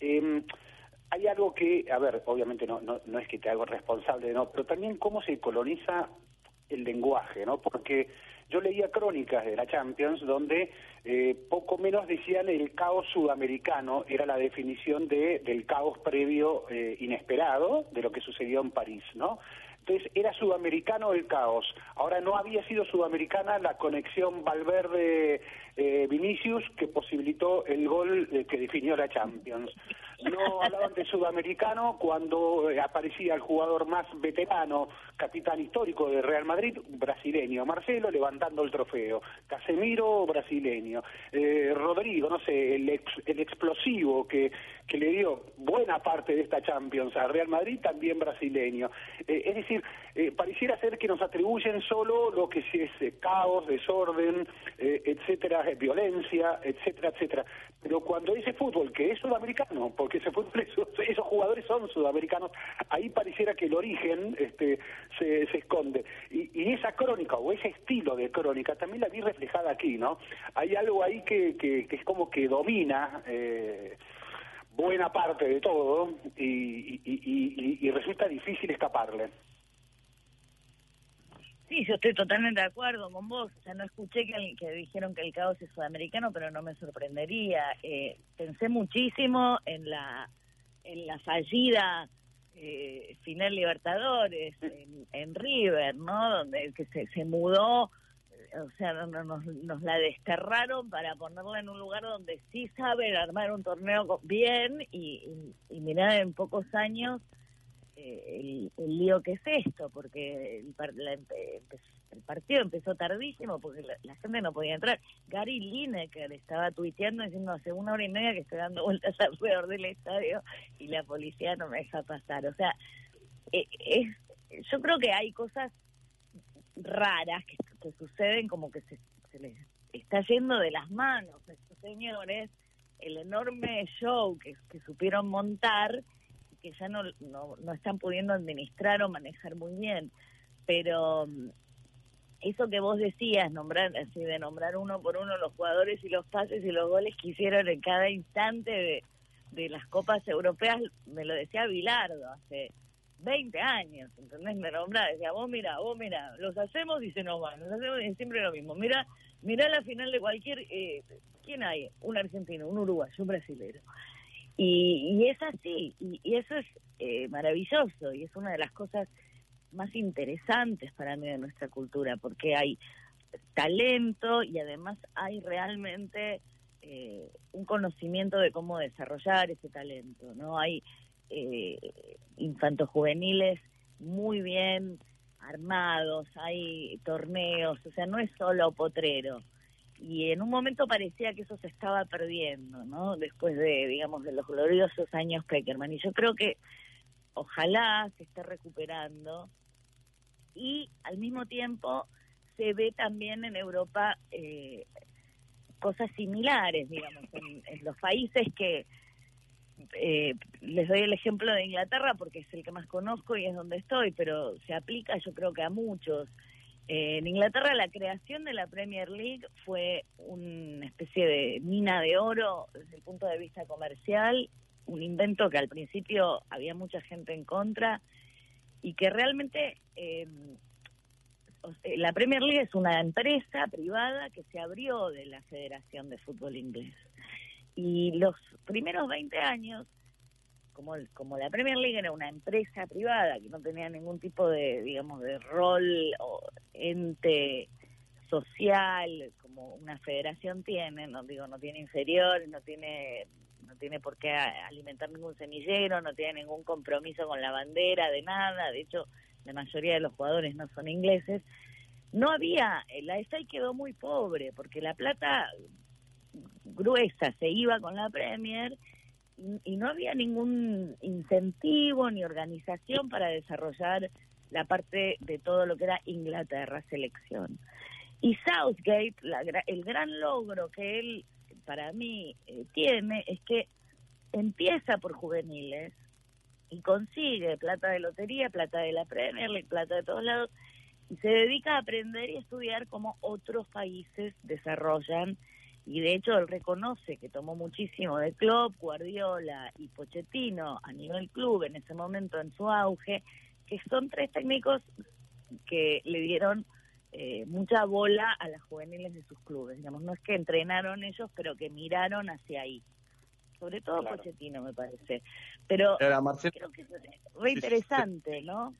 hay algo que, a ver, obviamente no es que te hago responsable, no, pero también cómo se coloniza el lenguaje, ¿no? Porque yo leía crónicas de la Champions donde poco menos decían el caos sudamericano, era la definición del caos previo inesperado de lo que sucedió en París, ¿no? Entonces era sudamericano el caos. Ahora no había sido sudamericana la conexión Valverde-Vinicius que posibilitó el gol que definió la Champions. No hablaban de sudamericano cuando aparecía el jugador más veterano, capitán histórico de Real Madrid, brasileño, Marcelo levantando el trofeo, Casemiro brasileño, Rodrigo, no sé, el explosivo que le dio buena parte de esta Champions a Real Madrid, también brasileño. Es decir, pareciera ser que nos atribuyen solo lo que es caos, desorden, etcétera, violencia, etcétera, etcétera. Pero cuando ese fútbol, que es sudamericano, porque ese fútbol, esos jugadores son sudamericanos, ahí pareciera que el origen se esconde. Y esa crónica, o ese estilo de crónica, también la vi reflejada aquí, ¿no? Hay algo ahí que es como que domina buena parte de todo y resulta difícil escaparle. Sí, yo estoy totalmente de acuerdo con vos. O sea, no escuché que dijeron que el caos es sudamericano, pero no me sorprendería. Pensé muchísimo en la fallida final Libertadores en River, ¿no? Donde que se mudó, o sea, nos la desterraron para ponerla en un lugar donde sí saben armar un torneo bien y mirá en pocos años el lío que es esto, porque el partido empezó tardísimo porque la gente no podía entrar. Gary Lineker estaba tuiteando diciendo hace 1 hora y media que estoy dando vueltas alrededor del estadio y la policía no me deja pasar. O sea, yo creo que hay cosas raras que suceden, como que se les está yendo de las manos a estos señores el enorme show que supieron montar, que ya no están pudiendo administrar o manejar muy bien. Pero eso que vos decías, de nombrar uno por uno los jugadores y los pases y los goles que hicieron en cada instante de las copas europeas, me lo decía Bilardo hace 20 años, ¿entendés? Me nombraba, decía, vos mirá, los hacemos y se nos van, los hacemos y es siempre lo mismo. Mirá la final de cualquier... ¿quién hay? Un argentino, un uruguayo, un brasilero. Y es así, y eso es maravilloso, y es una de las cosas más interesantes para mí de nuestra cultura, porque hay talento y además hay realmente un conocimiento de cómo desarrollar ese talento, ¿no? Hay infantojuveniles muy bien armados, hay torneos, o sea, no es solo potrero. Y en un momento parecía que eso se estaba perdiendo, ¿no? Después de los gloriosos años Pekerman. Y yo creo que ojalá se esté recuperando, y al mismo tiempo se ve también en Europa cosas similares, digamos, en los países que les doy el ejemplo de Inglaterra porque es el que más conozco y es donde estoy, pero se aplica yo creo que a muchos. En Inglaterra la creación de la Premier League fue una especie de mina de oro desde el punto de vista comercial, un invento que al principio había mucha gente en contra y que realmente la Premier League es una empresa privada que se abrió de la Federación de Fútbol Inglés. Y los primeros 20 años, como la Premier League era una empresa privada que no tenía ningún tipo de, de rol o ente social como una federación tiene, no tiene inferiores, no tiene por qué alimentar ningún semillero, no tiene ningún compromiso con la bandera de nada, de hecho la mayoría de los jugadores no son ingleses. No había, la FA quedó muy pobre porque la plata gruesa se iba con la Premier y no había ningún incentivo ni organización para desarrollar la parte de todo lo que era Inglaterra, selección. Y Southgate, el gran logro que él, para mí, tiene, es que empieza por juveniles y consigue plata de lotería, plata de la Premier League, plata de todos lados, y se dedica a aprender y estudiar cómo otros países desarrollan. Y de hecho él reconoce que tomó muchísimo de Klopp, Guardiola y Pochettino a nivel club en ese momento en su auge, que son tres técnicos que le dieron mucha bola a las juveniles de sus clubes. No es que entrenaron ellos, pero que miraron hacia ahí. Sobre todo claro. Pochettino, me parece. Pero creo que es re interesante, ¿no?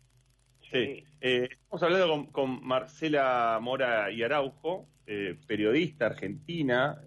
Sí. Estamos hablando con Marcela Mora y Araujo, periodista argentina,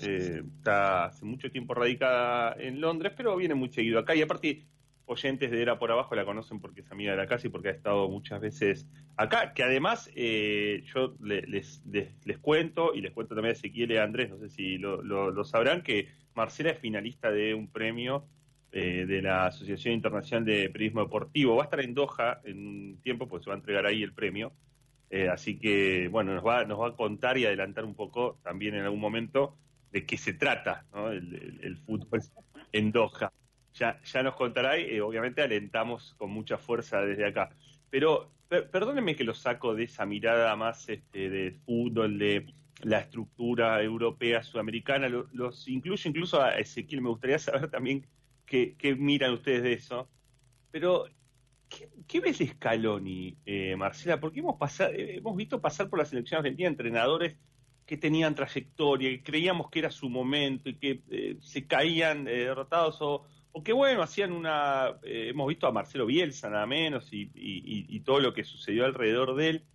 está hace mucho tiempo radicada en Londres, pero viene muy seguido acá, y aparte oyentes de Era por Abajo la conocen porque es amiga de la casa y porque ha estado muchas veces acá, que además yo les cuento, y les cuento también a Ezequiel y a Andrés, no sé si lo sabrán, que Marcela es finalista de un premio de la Asociación Internacional de Periodismo Deportivo. Va a estar en Doha en un tiempo, pues se va a entregar ahí el premio. Así que, bueno, nos va a contar y adelantar un poco también en algún momento de qué se trata, ¿no? el fútbol en Doha. Ya nos contará y obviamente alentamos con mucha fuerza desde acá. Pero perdónenme que lo saco de esa mirada más de fútbol, de la estructura europea, sudamericana. Los incluyo incluso a Ezequiel. Me gustaría saber también qué miran ustedes de eso. Pero ¿qué ves de Scaloni, Marcela? Porque hemos visto pasar por la selección argentina entrenadores que tenían trayectoria, que creíamos que era su momento y que se caían derrotados o que, bueno, hacían hemos visto a Marcelo Bielsa nada menos y todo lo que sucedió alrededor de él.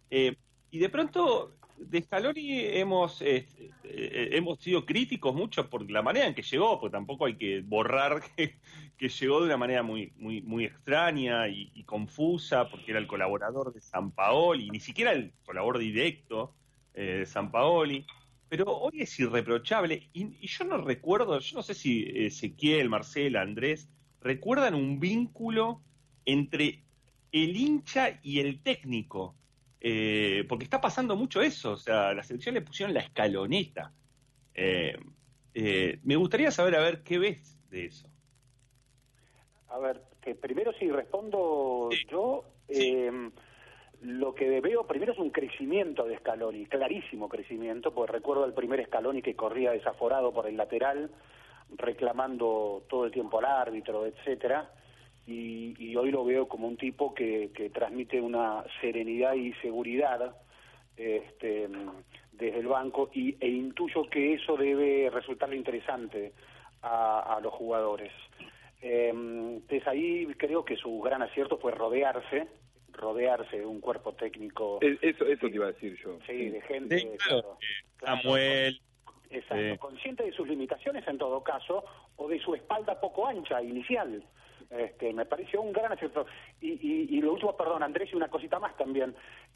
Y de pronto de Scaloni hemos sido críticos mucho por la manera en que llegó, porque tampoco hay que borrar que llegó de una manera muy muy muy extraña y confusa, porque era el colaborador de Sampaoli, y ni siquiera el colaborador directo de Sampaoli, pero hoy es irreprochable, y yo no recuerdo, yo no sé si Ezequiel, Marcela, Andrés, recuerdan un vínculo entre el hincha y el técnico. Porque está pasando mucho eso, o sea, a la selección le pusieron la escaloneta. Me gustaría saber, a ver, ¿qué ves de eso? A ver, que primero si respondo yo, lo que veo primero es un crecimiento de Scaloni, clarísimo crecimiento, porque recuerdo el primer Scaloni que corría desaforado por el lateral, reclamando todo el tiempo al árbitro, etcétera, y hoy lo veo como un tipo que transmite una serenidad y seguridad desde el banco, e intuyo que eso debe resultarle interesante a los jugadores. Entonces ahí creo que su gran acierto fue rodearse de un cuerpo técnico. Eso te iba a decir yo. Sí, de gente. Sí, claro. Samuel. Exacto, consciente de sus limitaciones en todo caso, o de su espalda poco ancha inicial. Me pareció un gran acierto. Y lo último, perdón, Andrés, y una cosita más también.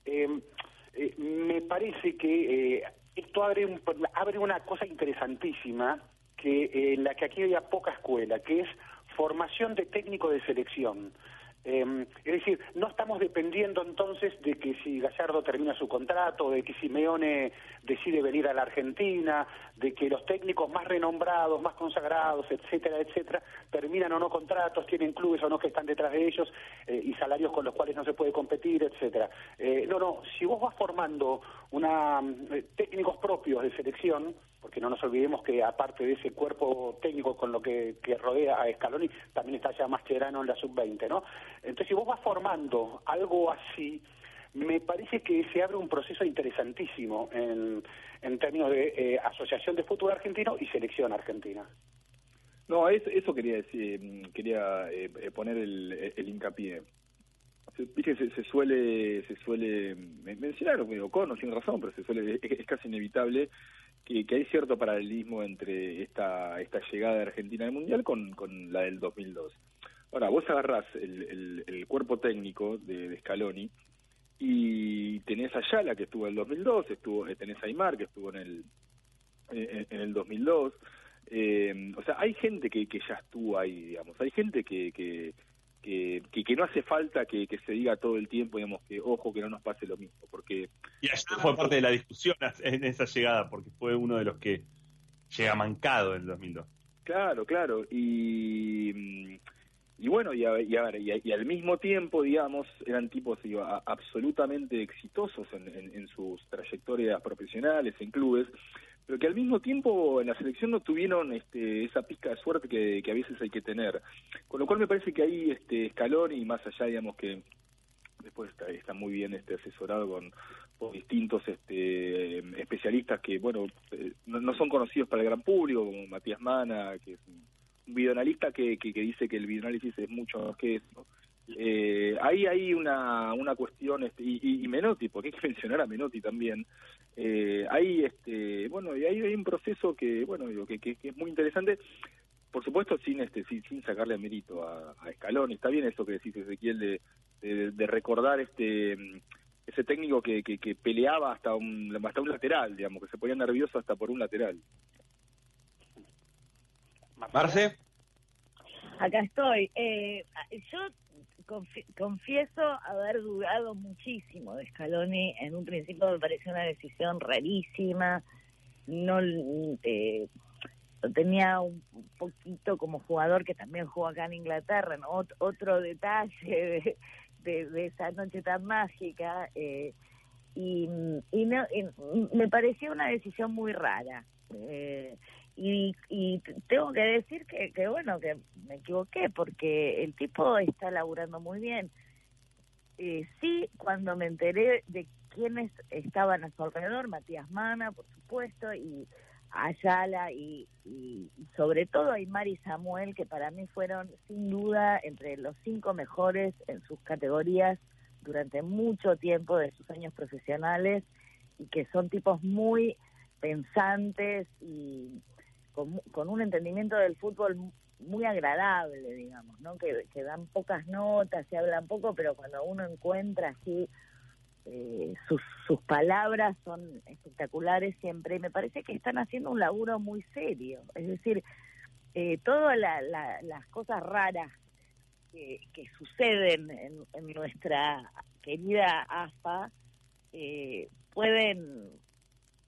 Me parece que esto abre una cosa interesantísima, en la que aquí había poca escuela, que es formación de técnico de selección. Es decir, no estamos dependiendo entonces de que si Gallardo termina su contrato, de que Simeone decide venir a la Argentina, de que los técnicos más renombrados, más consagrados, etcétera, etcétera, terminan o no contratos, tienen clubes o no que están detrás de ellos, y salarios con los cuales no se puede competir, etcétera. No, si vos vas formando técnicos propios de selección, porque no nos olvidemos que aparte de ese cuerpo técnico con lo que rodea a Scaloni, también está ya Mascherano en la sub-20, ¿no? Entonces, si vos vas formando algo así, me parece que se abre un proceso interesantísimo en términos de asociación de fútbol argentino y selección argentina. No, eso quería decir, quería poner el hincapié. Viste, se suele mencionar, con o sin razón, pero es casi inevitable que hay cierto paralelismo entre esta llegada de Argentina al Mundial con la del 2002. Ahora, vos agarrás el cuerpo técnico de Scaloni y tenés a Ayala, que estuvo en el 2002, tenés a Aimar, que estuvo en el 2002. O sea, hay gente que ya estuvo ahí, digamos. Hay gente que no hace falta que se diga todo el tiempo, digamos, que ojo, que no nos pase lo mismo, porque... Y ayer fue parte de la discusión en esa llegada, porque fue uno de los que llega mancado en el 2002. Claro, y bueno, y al mismo tiempo, digamos, eran tipos absolutamente exitosos en sus trayectorias profesionales, en clubes, pero que al mismo tiempo en la selección no tuvieron esa pizca de suerte que a veces hay que tener. Con lo cual me parece que ahí Scaloni, y más allá, digamos, que después está muy bien asesorado por distintos especialistas que, bueno, no son conocidos para el gran público, como Matías Mana, que es un videoanalista que dice que el videoanálisis es mucho más que eso. Ahí hay una cuestión, y Menotti, porque hay que mencionar a Menotti también. Ahí hay un proceso que es muy interesante, por supuesto sin sacarle mérito a Scaloni. Está bien eso que decís, Ezequiel, de recordar ese técnico que peleaba hasta un lateral, digamos, que se ponía nervioso hasta por un lateral. Marce. Acá estoy. Yo confieso haber dudado muchísimo de Scaloni. En un principio me pareció una decisión rarísima. No lo tenía un poquito como jugador que también jugó acá en Inglaterra, ¿no? Otro detalle de esa noche tan mágica. Y me pareció una decisión muy rara. Y tengo que decir que me equivoqué, porque el tipo está laburando muy bien. Sí, cuando me enteré de quiénes estaban a su alrededor, Matías Mana, por supuesto, y Ayala, y sobre todo Aimar y Samuel, que para mí fueron sin duda entre los 5 mejores en sus categorías durante mucho tiempo de sus años profesionales, y que son tipos muy pensantes y con un entendimiento del fútbol muy agradable, digamos, ¿no? Que dan pocas notas, se hablan poco, pero cuando uno encuentra así sus palabras son espectaculares siempre. Me parece que están haciendo un laburo muy serio, es decir, todas las cosas raras que suceden en nuestra querida AFA pueden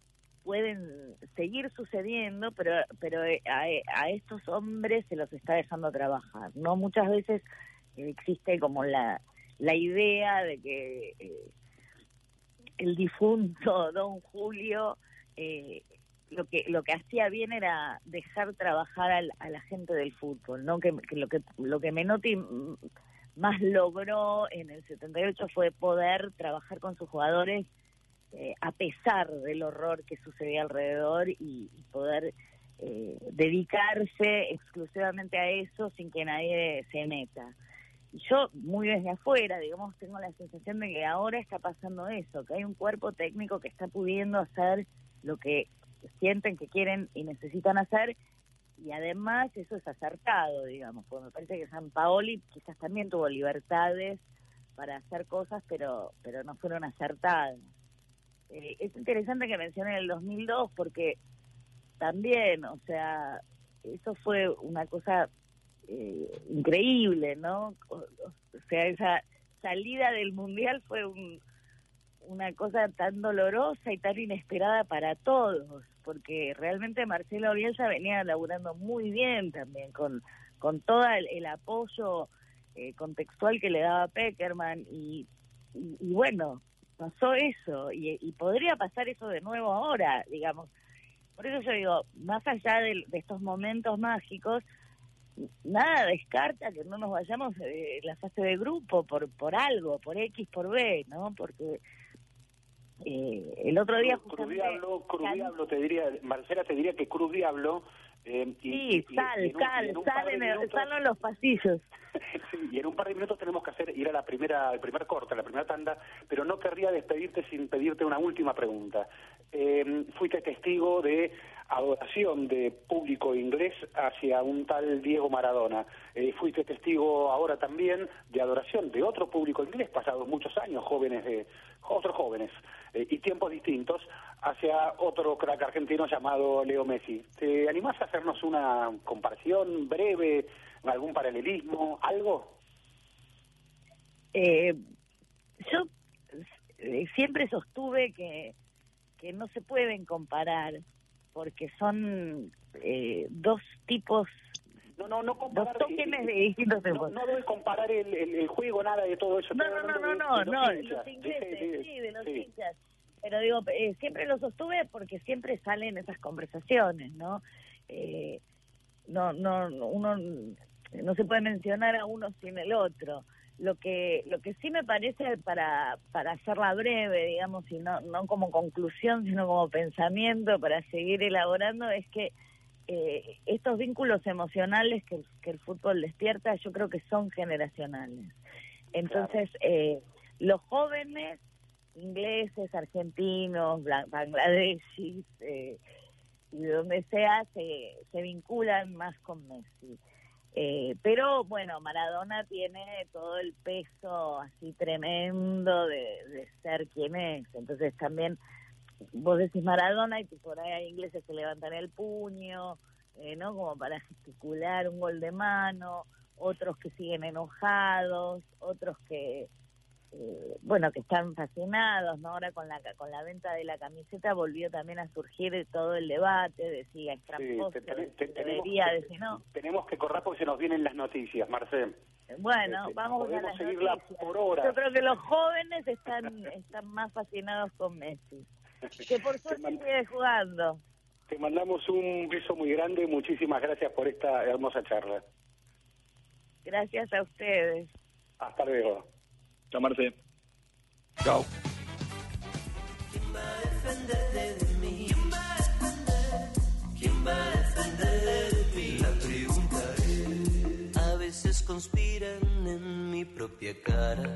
pueden seguir sucediendo, pero a estos hombres se los está dejando trabajar, ¿no? Muchas veces existe como la idea de que el difunto Don Julio lo que hacía bien era dejar trabajar a la gente del fútbol, ¿no? Que lo que Menotti más logró en el 78 fue poder trabajar con sus jugadores a pesar del horror que sucedía alrededor y poder dedicarse exclusivamente a eso sin que nadie se meta. Y yo, muy desde afuera, digamos, tengo la sensación de que ahora está pasando eso, que hay un cuerpo técnico que está pudiendo hacer lo que sienten que quieren y necesitan hacer, y además eso es acertado, digamos, porque me parece que Sampaoli quizás también tuvo libertades para hacer cosas, pero no fueron acertadas. Es interesante que mencionen el 2002 porque también, o sea, eso fue una cosa increíble, ¿no? O sea, esa salida del Mundial fue una cosa tan dolorosa y tan inesperada para todos, porque realmente Marcelo Bielsa venía laburando muy bien también, con todo el apoyo contextual que le daba Pekerman, y bueno, pasó eso, y podría pasar eso de nuevo ahora, digamos. Por eso yo digo, más allá de estos momentos mágicos, nada descarta que no nos vayamos de la fase de grupo por algo, por X, por B, ¿no? Porque el otro día Cruz Diablo, te diría, Marcela, te diría que Cruz Diablo... sí, sal en los pasillos. Sí, y en un par de minutos tenemos que ir a el primer corte, a la primera tanda, pero no querría despedirte sin pedirte una última pregunta. Fuiste testigo de adoración de público inglés hacia un tal Diego Maradona. Fuiste testigo ahora también de adoración de otro público inglés, pasados muchos años, otros jóvenes y tiempos distintos, hacia otro crack argentino llamado Leo Messi. ¿Te animás a hacernos una comparación breve, algún paralelismo, algo? Yo siempre sostuve que no se pueden comparar, porque son dos tipos, no comparar, dos tóquenes de distintos tipos. No debe comparar el juego, nada de todo eso. No, los ingleses, de los hinchas. Pero digo, siempre lo sostuve porque siempre salen esas conversaciones, ¿no? Uno no se puede mencionar a uno sin el otro. Lo que sí me parece, para hacerla breve, digamos, y no como conclusión, sino como pensamiento para seguir elaborando, es que estos vínculos emocionales que el fútbol despierta, yo creo que son generacionales. Entonces, los jóvenes ingleses, argentinos, bangladeshis, y de donde sea, se vinculan más con Messi. Pero bueno, Maradona tiene todo el peso así tremendo de ser quien es. Entonces también vos decís Maradona y por ahí hay ingleses que levantan el puño, ¿no? Como para gesticular un gol de mano, otros que siguen enojados, otros que que están fascinados, ¿no? Ahora con la venta de la camiseta volvió también a surgir todo el debate de si es tramposo, debería, de si no. Tenemos que correr porque se nos vienen las noticias, Marcel. Bueno, vamos a las seguirla noticias. Por horas. Yo creo que los jóvenes están más fascinados con Messi, que por suerte sigue jugando. Te mandamos un beso muy grande, muchísimas gracias por esta hermosa charla. Gracias a ustedes. Hasta luego. Chao, Marce. Chao. ¿Quién va a defender de mí? ¿Quién va a defender de mí? La pregunta es. A veces conspiran en mi propia cara,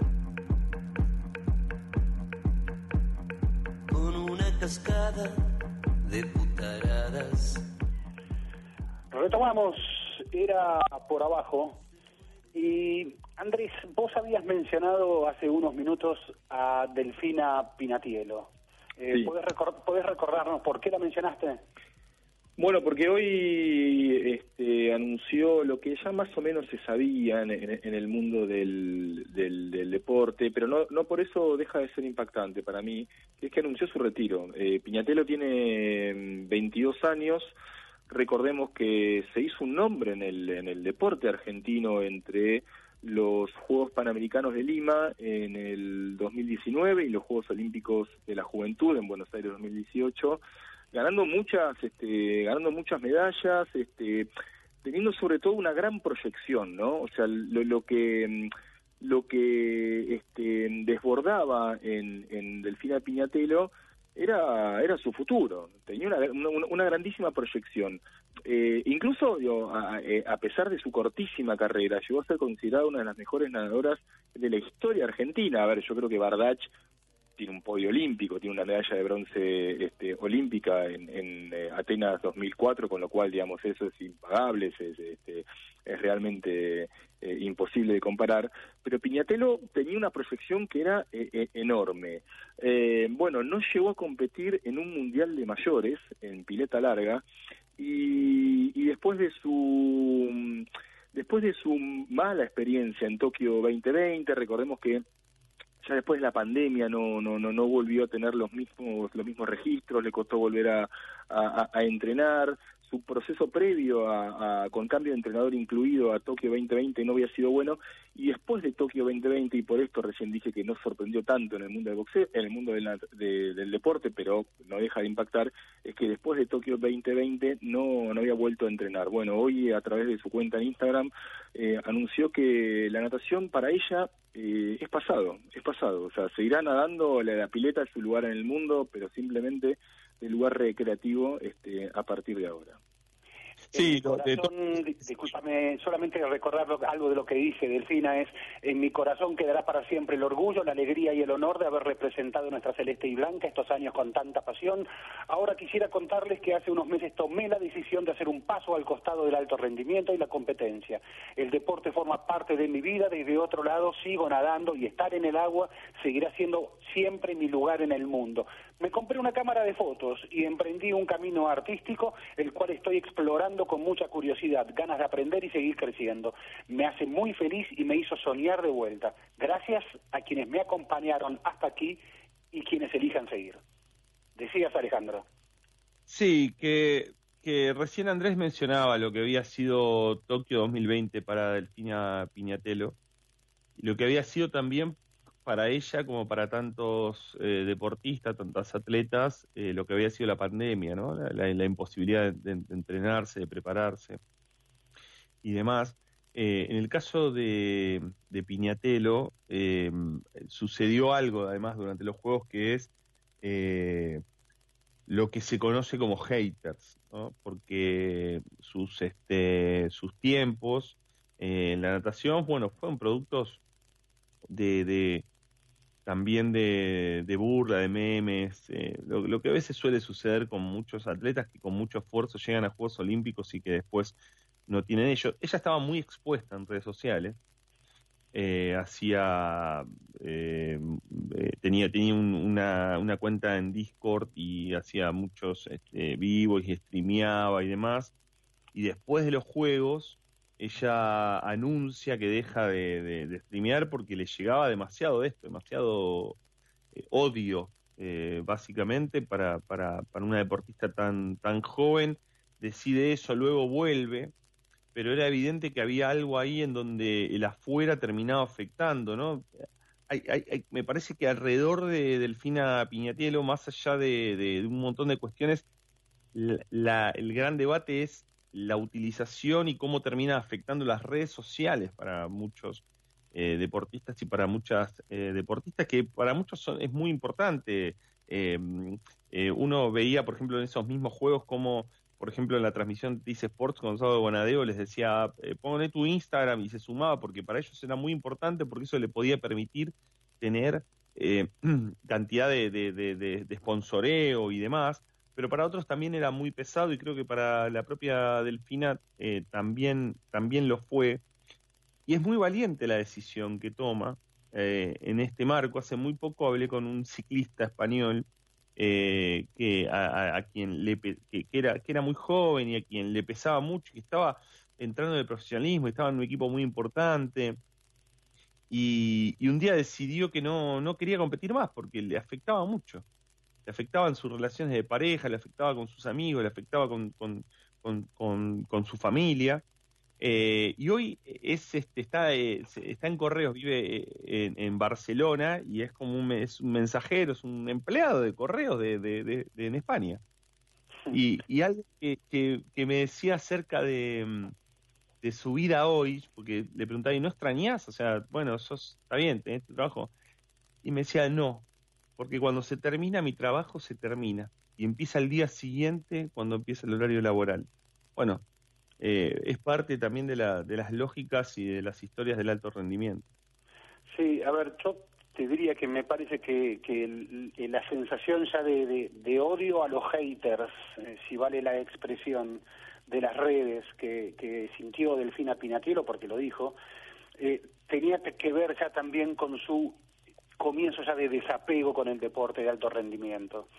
con una cascada de putaradas. Retomamos, era por abajo. Y Andrés, vos habías mencionado hace unos minutos a Delfina Pinatielo. Sí. ¿Podés recordarnos por qué la mencionaste? Bueno, porque hoy anunció lo que ya más o menos se sabía en el mundo del deporte, pero no por eso deja de ser impactante para mí, que es que anunció su retiro. Piñatello tiene 22 años, recordemos que se hizo un nombre en el deporte argentino entre los Juegos Panamericanos de Lima en el 2019 y los Juegos Olímpicos de la Juventud en Buenos Aires 2018, ganando muchas medallas, teniendo sobre todo una gran proyección, ¿no? O sea, lo que desbordaba en Delfina Piñatello era su futuro, tenía una grandísima proyección. Incluso digo, a pesar de su cortísima carrera, llegó a ser considerada una de las mejores nadadoras de la historia argentina. A ver, yo creo que Bardach tiene un podio olímpico, tiene una medalla de bronce olímpica en Atenas 2004, con lo cual, digamos, eso es impagable, es realmente imposible de comparar, pero Piñatello tenía una proyección que era enorme. Bueno, no llegó a competir en un mundial de mayores, en pileta larga, y después de su mala experiencia en Tokio 2020, recordemos que ya después de la pandemia no volvió a tener los mismos registros, le costó volver a entrenar. Su proceso previo con cambio de entrenador incluido a Tokio 2020 no había sido bueno, y después de Tokio 2020, y por esto recién dije que no sorprendió tanto en el mundo del boxeo, en el mundo del deporte, pero no deja de impactar, es que después de Tokio 2020 no había vuelto a entrenar. Bueno, hoy a través de su cuenta en Instagram anunció que la natación para ella es pasado, o sea, seguirá nadando, la pileta es su lugar en el mundo, pero simplemente el lugar recreativo a partir de ahora. Sí, discúlpame, solamente recordar algo de lo que dice Delfina, en mi corazón quedará para siempre el orgullo, la alegría y el honor de haber representado nuestra celeste y blanca estos años con tanta pasión. Ahora quisiera contarles que hace unos meses tomé la decisión de hacer un paso al costado del alto rendimiento y la competencia. El deporte forma parte de mi vida, desde otro lado sigo nadando y estar en el agua seguirá siendo siempre mi lugar en el mundo. Me compré una cámara de fotos y emprendí un camino artístico, el cual estoy explorando con mucha curiosidad, ganas de aprender y seguir creciendo. Me hace muy feliz y me hizo soñar de vuelta. Gracias a quienes me acompañaron hasta aquí y quienes elijan seguir. Decías, Alejandro. Sí, que recién Andrés mencionaba lo que había sido Tokio 2020 para Delfina Piñatello, y lo que había sido también para ella como para tantos deportistas, tantas atletas, lo que había sido la pandemia, ¿no? La imposibilidad de entrenarse, de prepararse y demás. En el caso de Piñatello, sucedió algo además durante los Juegos que es lo que se conoce como haters, ¿no? Porque sus tiempos en la natación, bueno, fueron productos también de burla, de memes, lo que a veces suele suceder con muchos atletas que con mucho esfuerzo llegan a Juegos Olímpicos y que después no tienen ellos. Ella estaba muy expuesta en redes sociales, tenía una cuenta en Discord y hacía muchos vivos y streameaba y demás, y después de los Juegos ella anuncia que deja de streamear porque le llegaba demasiado odio, básicamente, para una deportista tan joven. Decide eso, luego vuelve, pero era evidente que había algo ahí en donde el afuera terminaba afectando, ¿no? Me parece que alrededor de Delfina Piñatello, más allá de un montón de cuestiones, el gran debate es la utilización y cómo termina afectando las redes sociales para muchos deportistas y para muchas deportistas, que para muchos es muy importante. Uno veía, por ejemplo, en esos mismos juegos como, por ejemplo, en la transmisión de Dice Sports, Gonzalo Bonadeo les decía, poné tu Instagram, y se sumaba, porque para ellos era muy importante, porque eso le podía permitir tener cantidad de sponsoreo y demás, pero para otros también era muy pesado, y creo que para la propia Delfina también lo fue, y es muy valiente la decisión que toma en este marco. Hace muy poco hablé con un ciclista español que a quien que era muy joven y a quien le pesaba mucho, que estaba entrando en el profesionalismo, estaba en un equipo muy importante, y un día decidió que no quería competir más porque le afectaba mucho. Le afectaba en sus relaciones de pareja, le afectaba con sus amigos, le afectaba con su familia. Y hoy está en Correos, vive en Barcelona y es como es un mensajero, es un empleado de Correos en España. Y algo que me decía acerca de su vida hoy, porque le preguntaba, ¿y no extrañás? O sea, bueno, está bien, tenés tu trabajo. Y me decía, no, porque cuando se termina mi trabajo, se termina. Y empieza el día siguiente cuando empieza el horario laboral. Bueno, es parte también de las lógicas y de las historias del alto rendimiento. Sí, a ver, yo te diría que me parece que la sensación ya de odio a los haters, si vale la expresión, de las redes que sintió Delfina Pinatielo, porque lo dijo, tenía que ver ya también con su comienzo ya de desapego con el deporte de alto rendimiento.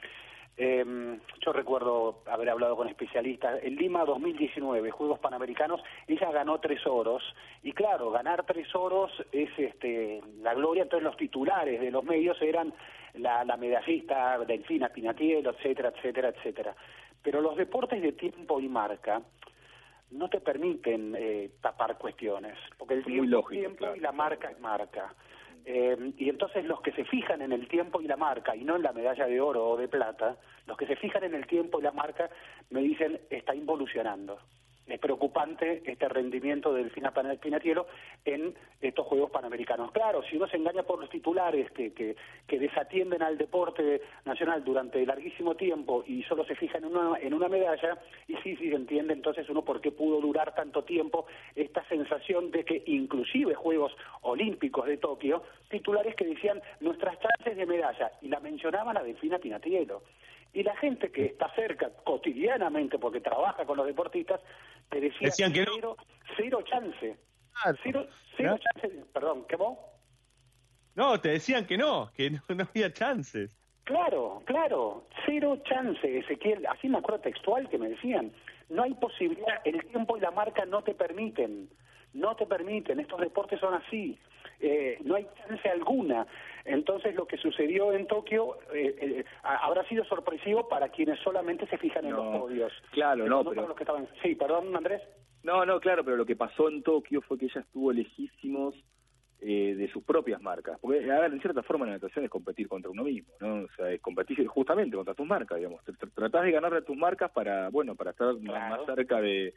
Yo recuerdo haber hablado con especialistas. En Lima 2019, Juegos Panamericanos, ella ganó 3 oros. Y claro, ganar 3 oros es la gloria. Entonces los titulares de los medios eran la medallista Delfina Pinatielo, etcétera, etcétera, etcétera. Pero los deportes de tiempo y marca no te permiten tapar cuestiones, porque el tiempo es tiempo, claro, y la marca es marca. Y entonces los que se fijan en el tiempo y la marca, y no en la medalla de oro o de plata, los que se fijan en el tiempo y la marca me dicen, está involucionando. Es preocupante este rendimiento del Delfina Pinatielo en estos Juegos Panamericanos. Claro, si uno se engaña por los titulares que desatienden al deporte nacional durante larguísimo tiempo y solo se fijan en una medalla, y sí se entiende entonces uno por qué pudo durar tanto tiempo esta sensación de que inclusive Juegos Olímpicos de Tokio, titulares que decían nuestras chances de medalla, y la mencionaban a Delfina Pinatielo. Y la gente que está cerca cotidianamente, porque trabaja con los deportistas, te decían que cero chance. Claro. Cero chance. Perdón, ¿qué vos? No, te decían que no había chances. Claro, cero chance, Ezequiel. Así me acuerdo textual que me decían. No hay posibilidad, el tiempo y la marca no te permiten. Estos deportes son así. No hay chance alguna. Entonces lo que sucedió en Tokio habrá sido sorpresivo para quienes solamente se fijan en los podios. Claro, pero los que estaban... Sí, perdón, Andrés. No, claro, pero lo que pasó en Tokio fue que ella estuvo lejísimos de sus propias marcas. Porque, a ver, en cierta forma la natación es competir contra uno mismo, ¿no? O sea, es competir justamente contra tus marcas, digamos. Tratás de ganarle a tus marcas para estar más cerca de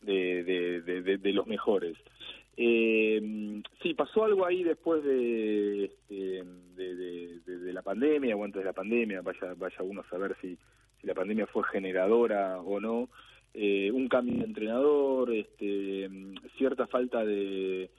los mejores. Sí, pasó algo ahí después de la pandemia, o antes de la pandemia, vaya uno a saber si la pandemia fue generadora o no, un cambio de entrenador, cierta falta de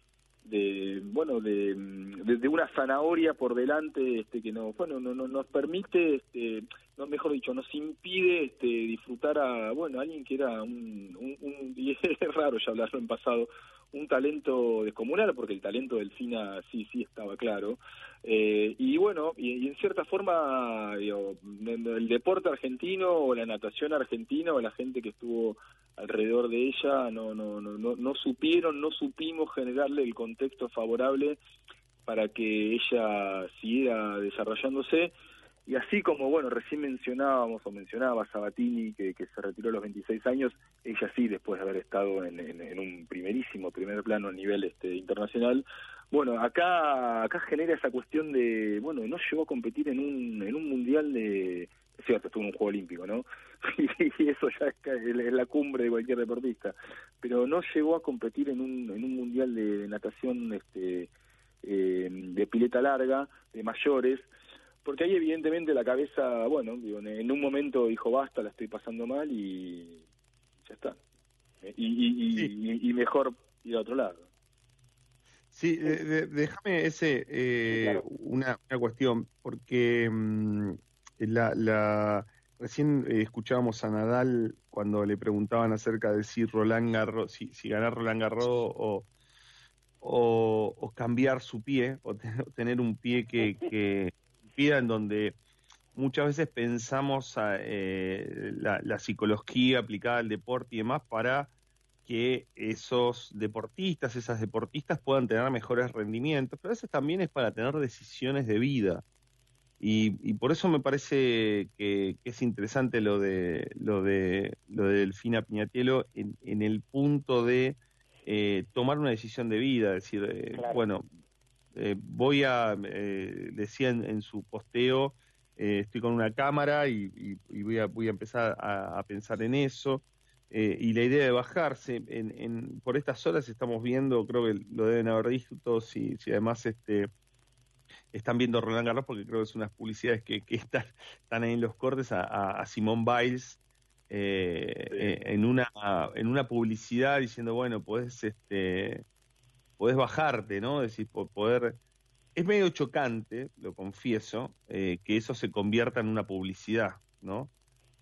una zanahoria por delante que nos permite, mejor dicho, nos impide disfrutar a alguien que era y es raro ya hablarlo en pasado, un talento descomunal, porque el talento del Delfina sí estaba claro, y en cierta forma el deporte argentino o la natación argentina o la gente que estuvo alrededor de ella no supimos generarle el contexto favorable para que ella siguiera desarrollándose. Y así como, recién mencionaba Sabatini, que se retiró a los 26 años, ella sí, después de haber estado en un primer plano a nivel internacional, acá genera esa cuestión de, no llegó a competir en un mundial de... Es cierto, estuvo en un Juego Olímpico, ¿no? Y eso ya es la cumbre de cualquier deportista. Pero no llegó a competir en un mundial de natación de pileta larga, de mayores, porque ahí evidentemente la cabeza, en un momento dijo basta, la estoy pasando mal y ya está. Y mejor ir a otro lado. Sí, déjame claro. una cuestión, porque recién escuchábamos a Nadal cuando le preguntaban acerca de si Roland Garros, si ganar Roland Garros o cambiar su pie, o tener un pie que impida, en donde muchas veces pensamos la psicología aplicada al deporte y demás para que esos deportistas, esas deportistas puedan tener mejores rendimientos, pero a veces también es para tener decisiones de vida. Y por eso me parece que es interesante lo de Delfina Piñatielo en el punto de tomar una decisión de vida, es decir, Claro. bueno, decía en su posteo, estoy con una cámara y voy a empezar a pensar en eso. Y la idea de bajarse, por estas horas estamos viendo, creo que lo deben haber visto, si además están viendo Roland Garros, porque creo que es unas publicidades que están ahí en los cortes, a Simone Biles en una publicidad diciendo, bueno, podés bajarte, ¿no? Es decir, poder... Es medio chocante, lo confieso, que eso se convierta en una publicidad, ¿no?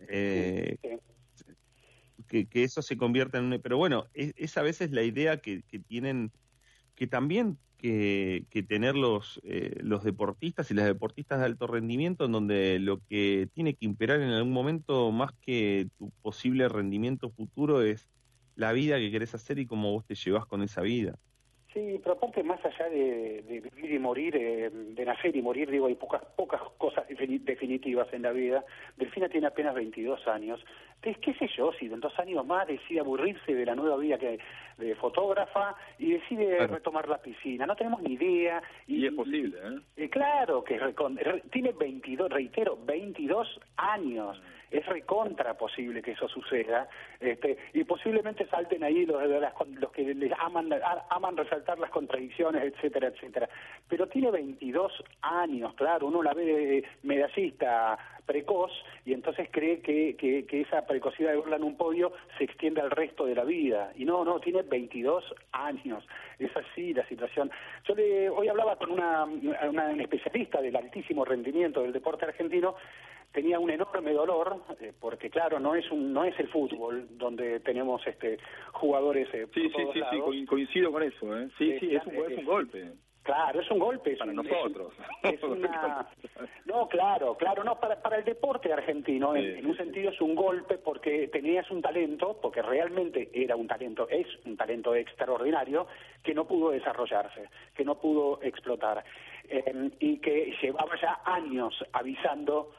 Que eso se convierta en un... Pero bueno, es a veces la idea que tienen, que también que tener los deportistas y las deportistas de alto rendimiento, en donde lo que tiene que imperar en algún momento, más que tu posible rendimiento futuro, es la vida que querés hacer y cómo vos te llevas con esa vida. Sí, pero aparte, más allá de vivir y morir, de nacer y morir, digo, hay pocas cosas definitivas en la vida. Delfina tiene apenas 22 años. Entonces, qué sé yo, si en 2 años más decide aburrirse de la nueva vida de fotógrafa y decide retomar la piscina. No tenemos ni idea. Y es posible, ¿eh? Claro que tiene 22, reitero, 22 años. Es recontra posible que eso suceda, y posiblemente salten ahí los que les aman resaltar las contradicciones, etcétera, etcétera. Pero tiene 22 años, claro, uno la ve medallista precoz y entonces cree que esa precocidad de verla en un podio se extiende al resto de la vida. Y no, tiene 22 años. Es así la situación. Yo hoy hablaba con una especialista del altísimo rendimiento del deporte argentino. Tenía un enorme dolor, porque claro, no es el fútbol donde tenemos jugadores sí, coincido con eso, ¿eh? Sí, es un golpe. Claro, es un golpe. Para nosotros. No, claro, no, para el deporte argentino, en un sentido es un golpe porque tenías un talento, porque realmente es un talento extraordinario que no pudo desarrollarse, que no pudo explotar. Y que llevaba ya años avisando,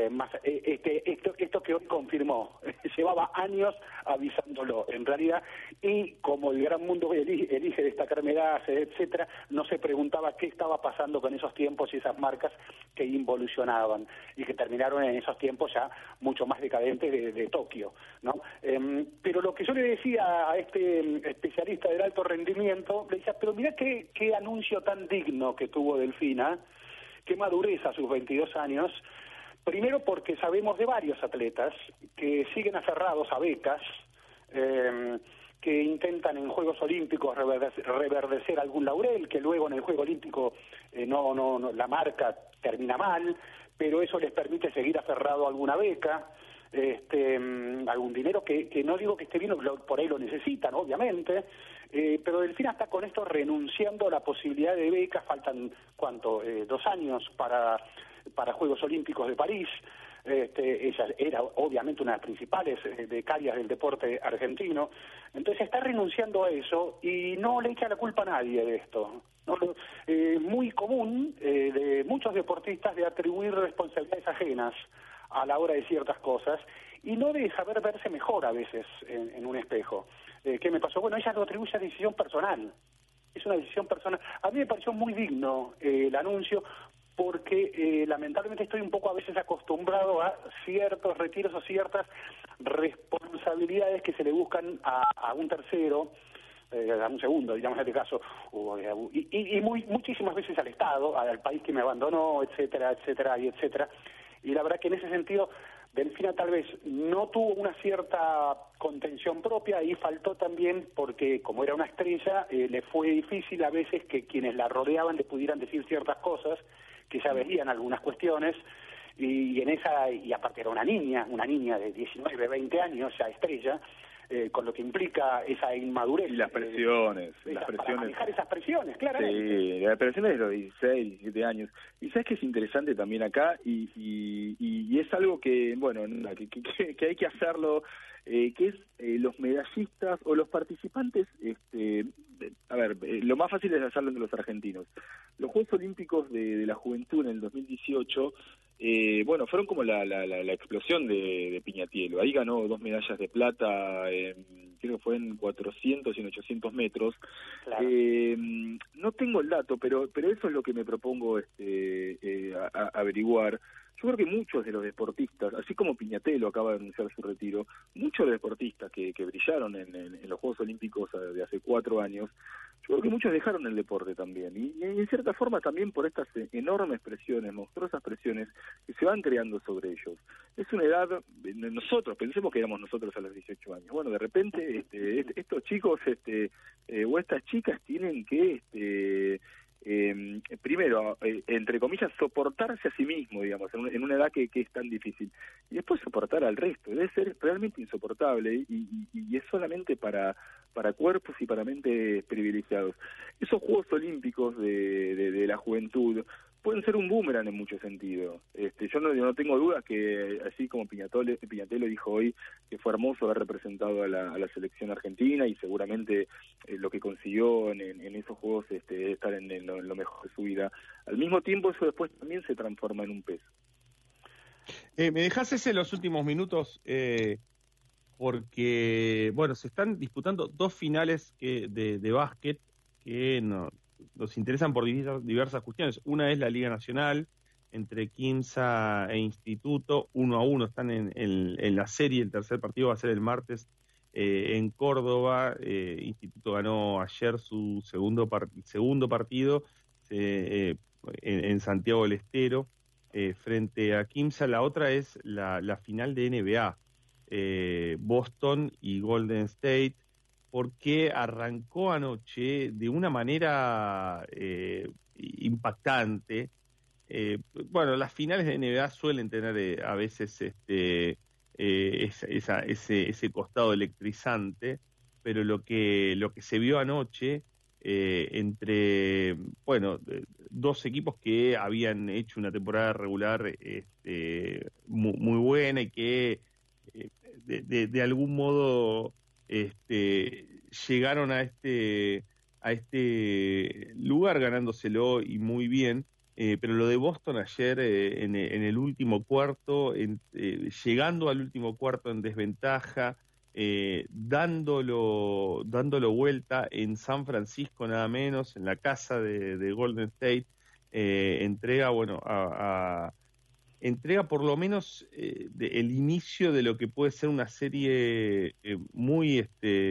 esto que hoy confirmó, llevaba años avisándolo, en realidad, y como el gran mundo elige destacar medallas, etcétera, no se preguntaba qué estaba pasando con esos tiempos y esas marcas que involucionaban, y que terminaron en esos tiempos ya mucho más decadentes de Tokio, ¿no? Pero lo que yo le decía a este especialista del alto rendimiento, le decía, pero mira qué anuncio tan digno que tuvo Delfina, qué madurez a sus 22 años, primero porque sabemos de varios atletas que siguen aferrados a becas, que intentan en Juegos Olímpicos reverdecer algún laurel, que luego en el Juego Olímpico no la marca termina mal, pero eso les permite seguir aferrado a alguna beca, algún dinero que no digo que esté bien, por ahí lo necesitan, obviamente, pero Delfina está con esto renunciando a la posibilidad de becas. Faltan, ¿cuánto? 2 años para Juegos Olímpicos de París. Ella era obviamente una de las principales becarias del deporte argentino, entonces está renunciando a eso y no le echa la culpa a nadie de esto. Muy común de muchos deportistas de atribuir responsabilidades ajenas a la hora de ciertas cosas y no de saber verse mejor a veces en un espejo. ¿Qué me pasó? Bueno, ella lo atribuye a decisión personal. Es una decisión personal. A mí me pareció muy digno el anuncio, porque lamentablemente estoy un poco a veces acostumbrado a ciertos retiros o ciertas responsabilidades que se le buscan a un tercero, a un segundo, digamos en este caso, y muchísimas veces al Estado, al país que me abandonó, etcétera, etcétera, y etcétera. Y la verdad que en ese sentido Delfina tal vez no tuvo una cierta contención propia y faltó también porque como era una estrella le fue difícil a veces que quienes la rodeaban le pudieran decir ciertas cosas, que ya veían algunas cuestiones y aparte era una niña de 19, 20 años, ya estrella, con lo que implica esa inmadurez. Y las presiones. Para manejar esas presiones, claramente. Sí, las presiones de los 16, 17 años. Y sabes que es interesante también acá, y es algo que, bueno, que hay que hacerlo, que es los medallistas o los participantes, lo más fácil es hacerlo entre los argentinos. Los Juegos Olímpicos de la Juventud en el 2018, fueron como la explosión de Piñatielo. Ahí ganó 2 medallas de plata, creo que fue en 400 y en 800 metros. Claro. No tengo el dato, pero eso es lo que me propongo averiguar. Yo creo que muchos de los deportistas, así como Piñatielo acaba de anunciar su retiro, muchos de los deportistas que brillaron en los Juegos Olímpicos de hace 4 años, yo creo que muchos dejaron el deporte también, y en cierta forma también por estas enormes presiones, monstruosas presiones que se van creando sobre ellos. Es una edad, nosotros, pensemos que éramos nosotros a los 18 años, bueno, de repente estos chicos o estas chicas tienen que primero, entre comillas, soportarse a sí mismo, digamos, en una edad que es tan difícil, y después soportar al resto. Debe ser realmente insoportable, y es solamente para cuerpos y para mentes privilegiados. Esos Juegos Olímpicos de la juventud pueden ser un boomerang en muchos sentidos. Yo no tengo dudas que, así como Piñatielo dijo hoy, que fue hermoso haber representado a la selección argentina, y seguramente lo que consiguió en esos juegos estar en lo mejor de su vida. Al mismo tiempo, eso después también se transforma en un peso. ¿Me dejás ese en los últimos minutos? Porque, bueno, se están disputando 2 finales de básquet que nos interesan por diversas cuestiones. Una es la Liga Nacional, entre Quimsa e Instituto, 1-1 están en la serie. El tercer partido va a ser el martes en Córdoba. Instituto ganó ayer su segundo partido en Santiago del Estero frente a Quimsa. La otra es la final de NBA, Boston y Golden State, porque arrancó anoche de una manera impactante. Las finales de NBA suelen tener a veces ese costado electrizante, pero lo que se vio anoche entre 2 equipos que habían hecho una temporada regular muy buena, y que de algún modo llegaron a este lugar ganándoselo y muy bien, pero lo de Boston ayer en el último cuarto, llegando al último cuarto en desventaja, dándolo vuelta en San Francisco nada menos, en la casa de Golden State, entrega por lo menos el inicio de lo que puede ser una serie muy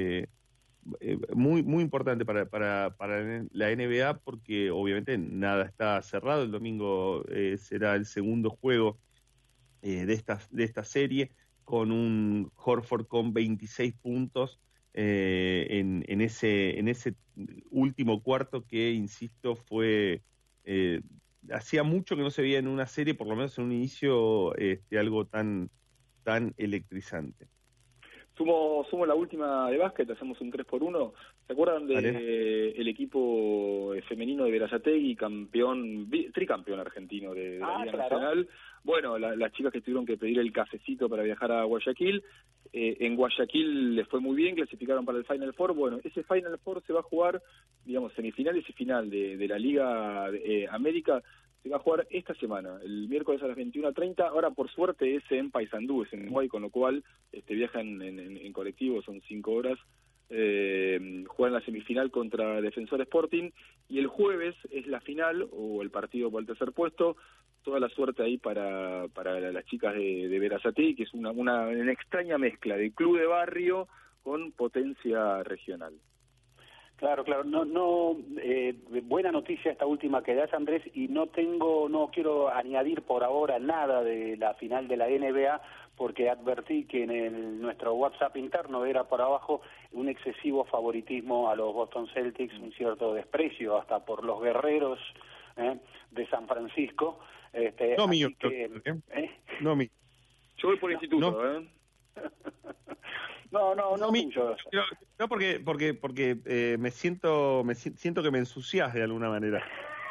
importante para la NBA, porque obviamente nada está cerrado. El domingo será el segundo juego de esta serie, con un Horford con 26 puntos en ese último cuarto que, insisto, fue hacía mucho que no se veía en una serie, por lo menos en un inicio, algo tan electrizante. Sumo la última de básquet, hacemos un 3x1. ¿Se acuerdan del equipo femenino de Verazategui, tricampeón argentino de la Liga Nacional? Bueno, las chicas que tuvieron que pedir el cafecito para viajar a Guayaquil, en Guayaquil les fue muy bien, clasificaron para el Final Four. Bueno, ese Final Four se va a jugar, digamos, semifinales y final de la Liga América, se va a jugar esta semana, el miércoles a las 21:30. Ahora, por suerte, es en Paysandú, es en Uruguay, con lo cual viajan en colectivo, son 5 horas. Juegan la semifinal contra Defensor Sporting, y el jueves es la final, o el partido por el tercer puesto. Toda la suerte ahí para las chicas de Verazategui, que es una extraña mezcla de club de barrio con potencia regional. Claro, buena noticia esta última que das, Andrés, y no quiero añadir por ahora nada de la final de la NBA, porque advertí que en nuestro WhatsApp interno era por abajo un excesivo favoritismo a los Boston Celtics, un cierto desprecio hasta por los guerreros de San Francisco. No mío. No mío. Yo voy por Instituto, no. No mucho. No, porque me siento que me ensuciás de alguna manera.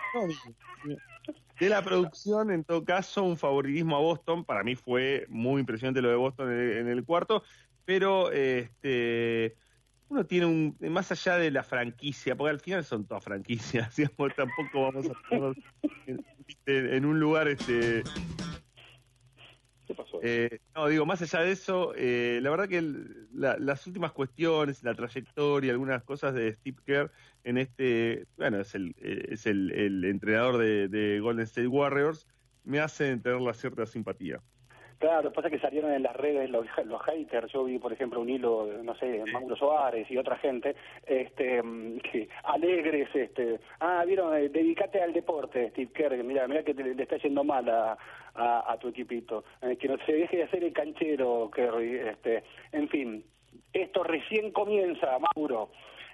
De la producción, en todo caso, un favoritismo a Boston. Para mí fue muy impresionante lo de Boston en el cuarto, pero uno tiene más allá de la franquicia, porque al final son todas franquicias, digamos, tampoco vamos a ponernos en un lugar ¿Qué pasó? no, digo, más allá de eso, la verdad que las últimas cuestiones, la trayectoria, algunas cosas de Steve Kerr en bueno, es el entrenador de Golden State Warriors, me hacen tener la cierta simpatía. Claro, pasa que salieron en las redes los haters. Yo vi, por ejemplo, un hilo, no sé, Mauro Soares y otra gente, que alegres, vieron, dedicate al deporte, Steve Kerr, mira que le está yendo mal a tu equipito, que no se deje de hacer el canchero, Kerry, en fin, esto recién comienza, Mauro,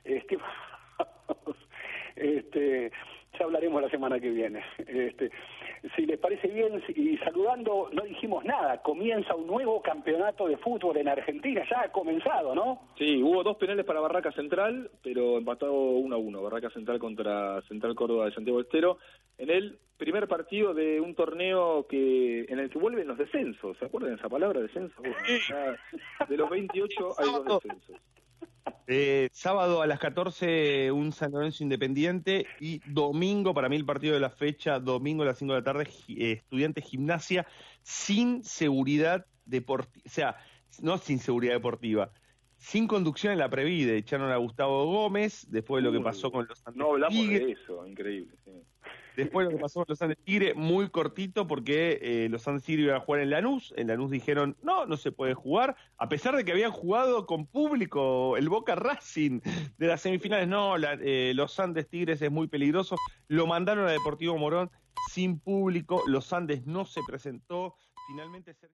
ya hablaremos la semana que viene. Si les parece bien, y saludando, no dijimos nada, comienza un nuevo campeonato de fútbol en Argentina, ya ha comenzado, ¿no? Sí, hubo 2 penales para Barraca Central, pero empatado 1-1, Barraca Central contra Central Córdoba de Santiago del Estero, en el primer partido de un torneo en el que vuelven los descensos, ¿se acuerdan de esa palabra, descenso? Bueno, de los 28 hay 2 descensos. Sábado a las 14 un San Lorenzo Independiente y domingo, para mí el partido de la fecha, domingo a las 5 de la tarde, Estudiantes Gimnasia, sin seguridad deportiva, o sea, no sin seguridad deportiva, sin conducción en la Previde. Echaron a Gustavo Gómez después de lo que pasó con los Andes. No hablamos de eso, increíble. Sí. Después de lo que pasó con los Andes Tigre, muy cortito, porque los Andes Tigre iban a jugar en Lanús dijeron, no se puede jugar, a pesar de que habían jugado con público el Boca Racing de las semifinales. Los Andes Tigres es muy peligroso, lo mandaron a Deportivo Morón sin público, los Andes no se presentó, finalmente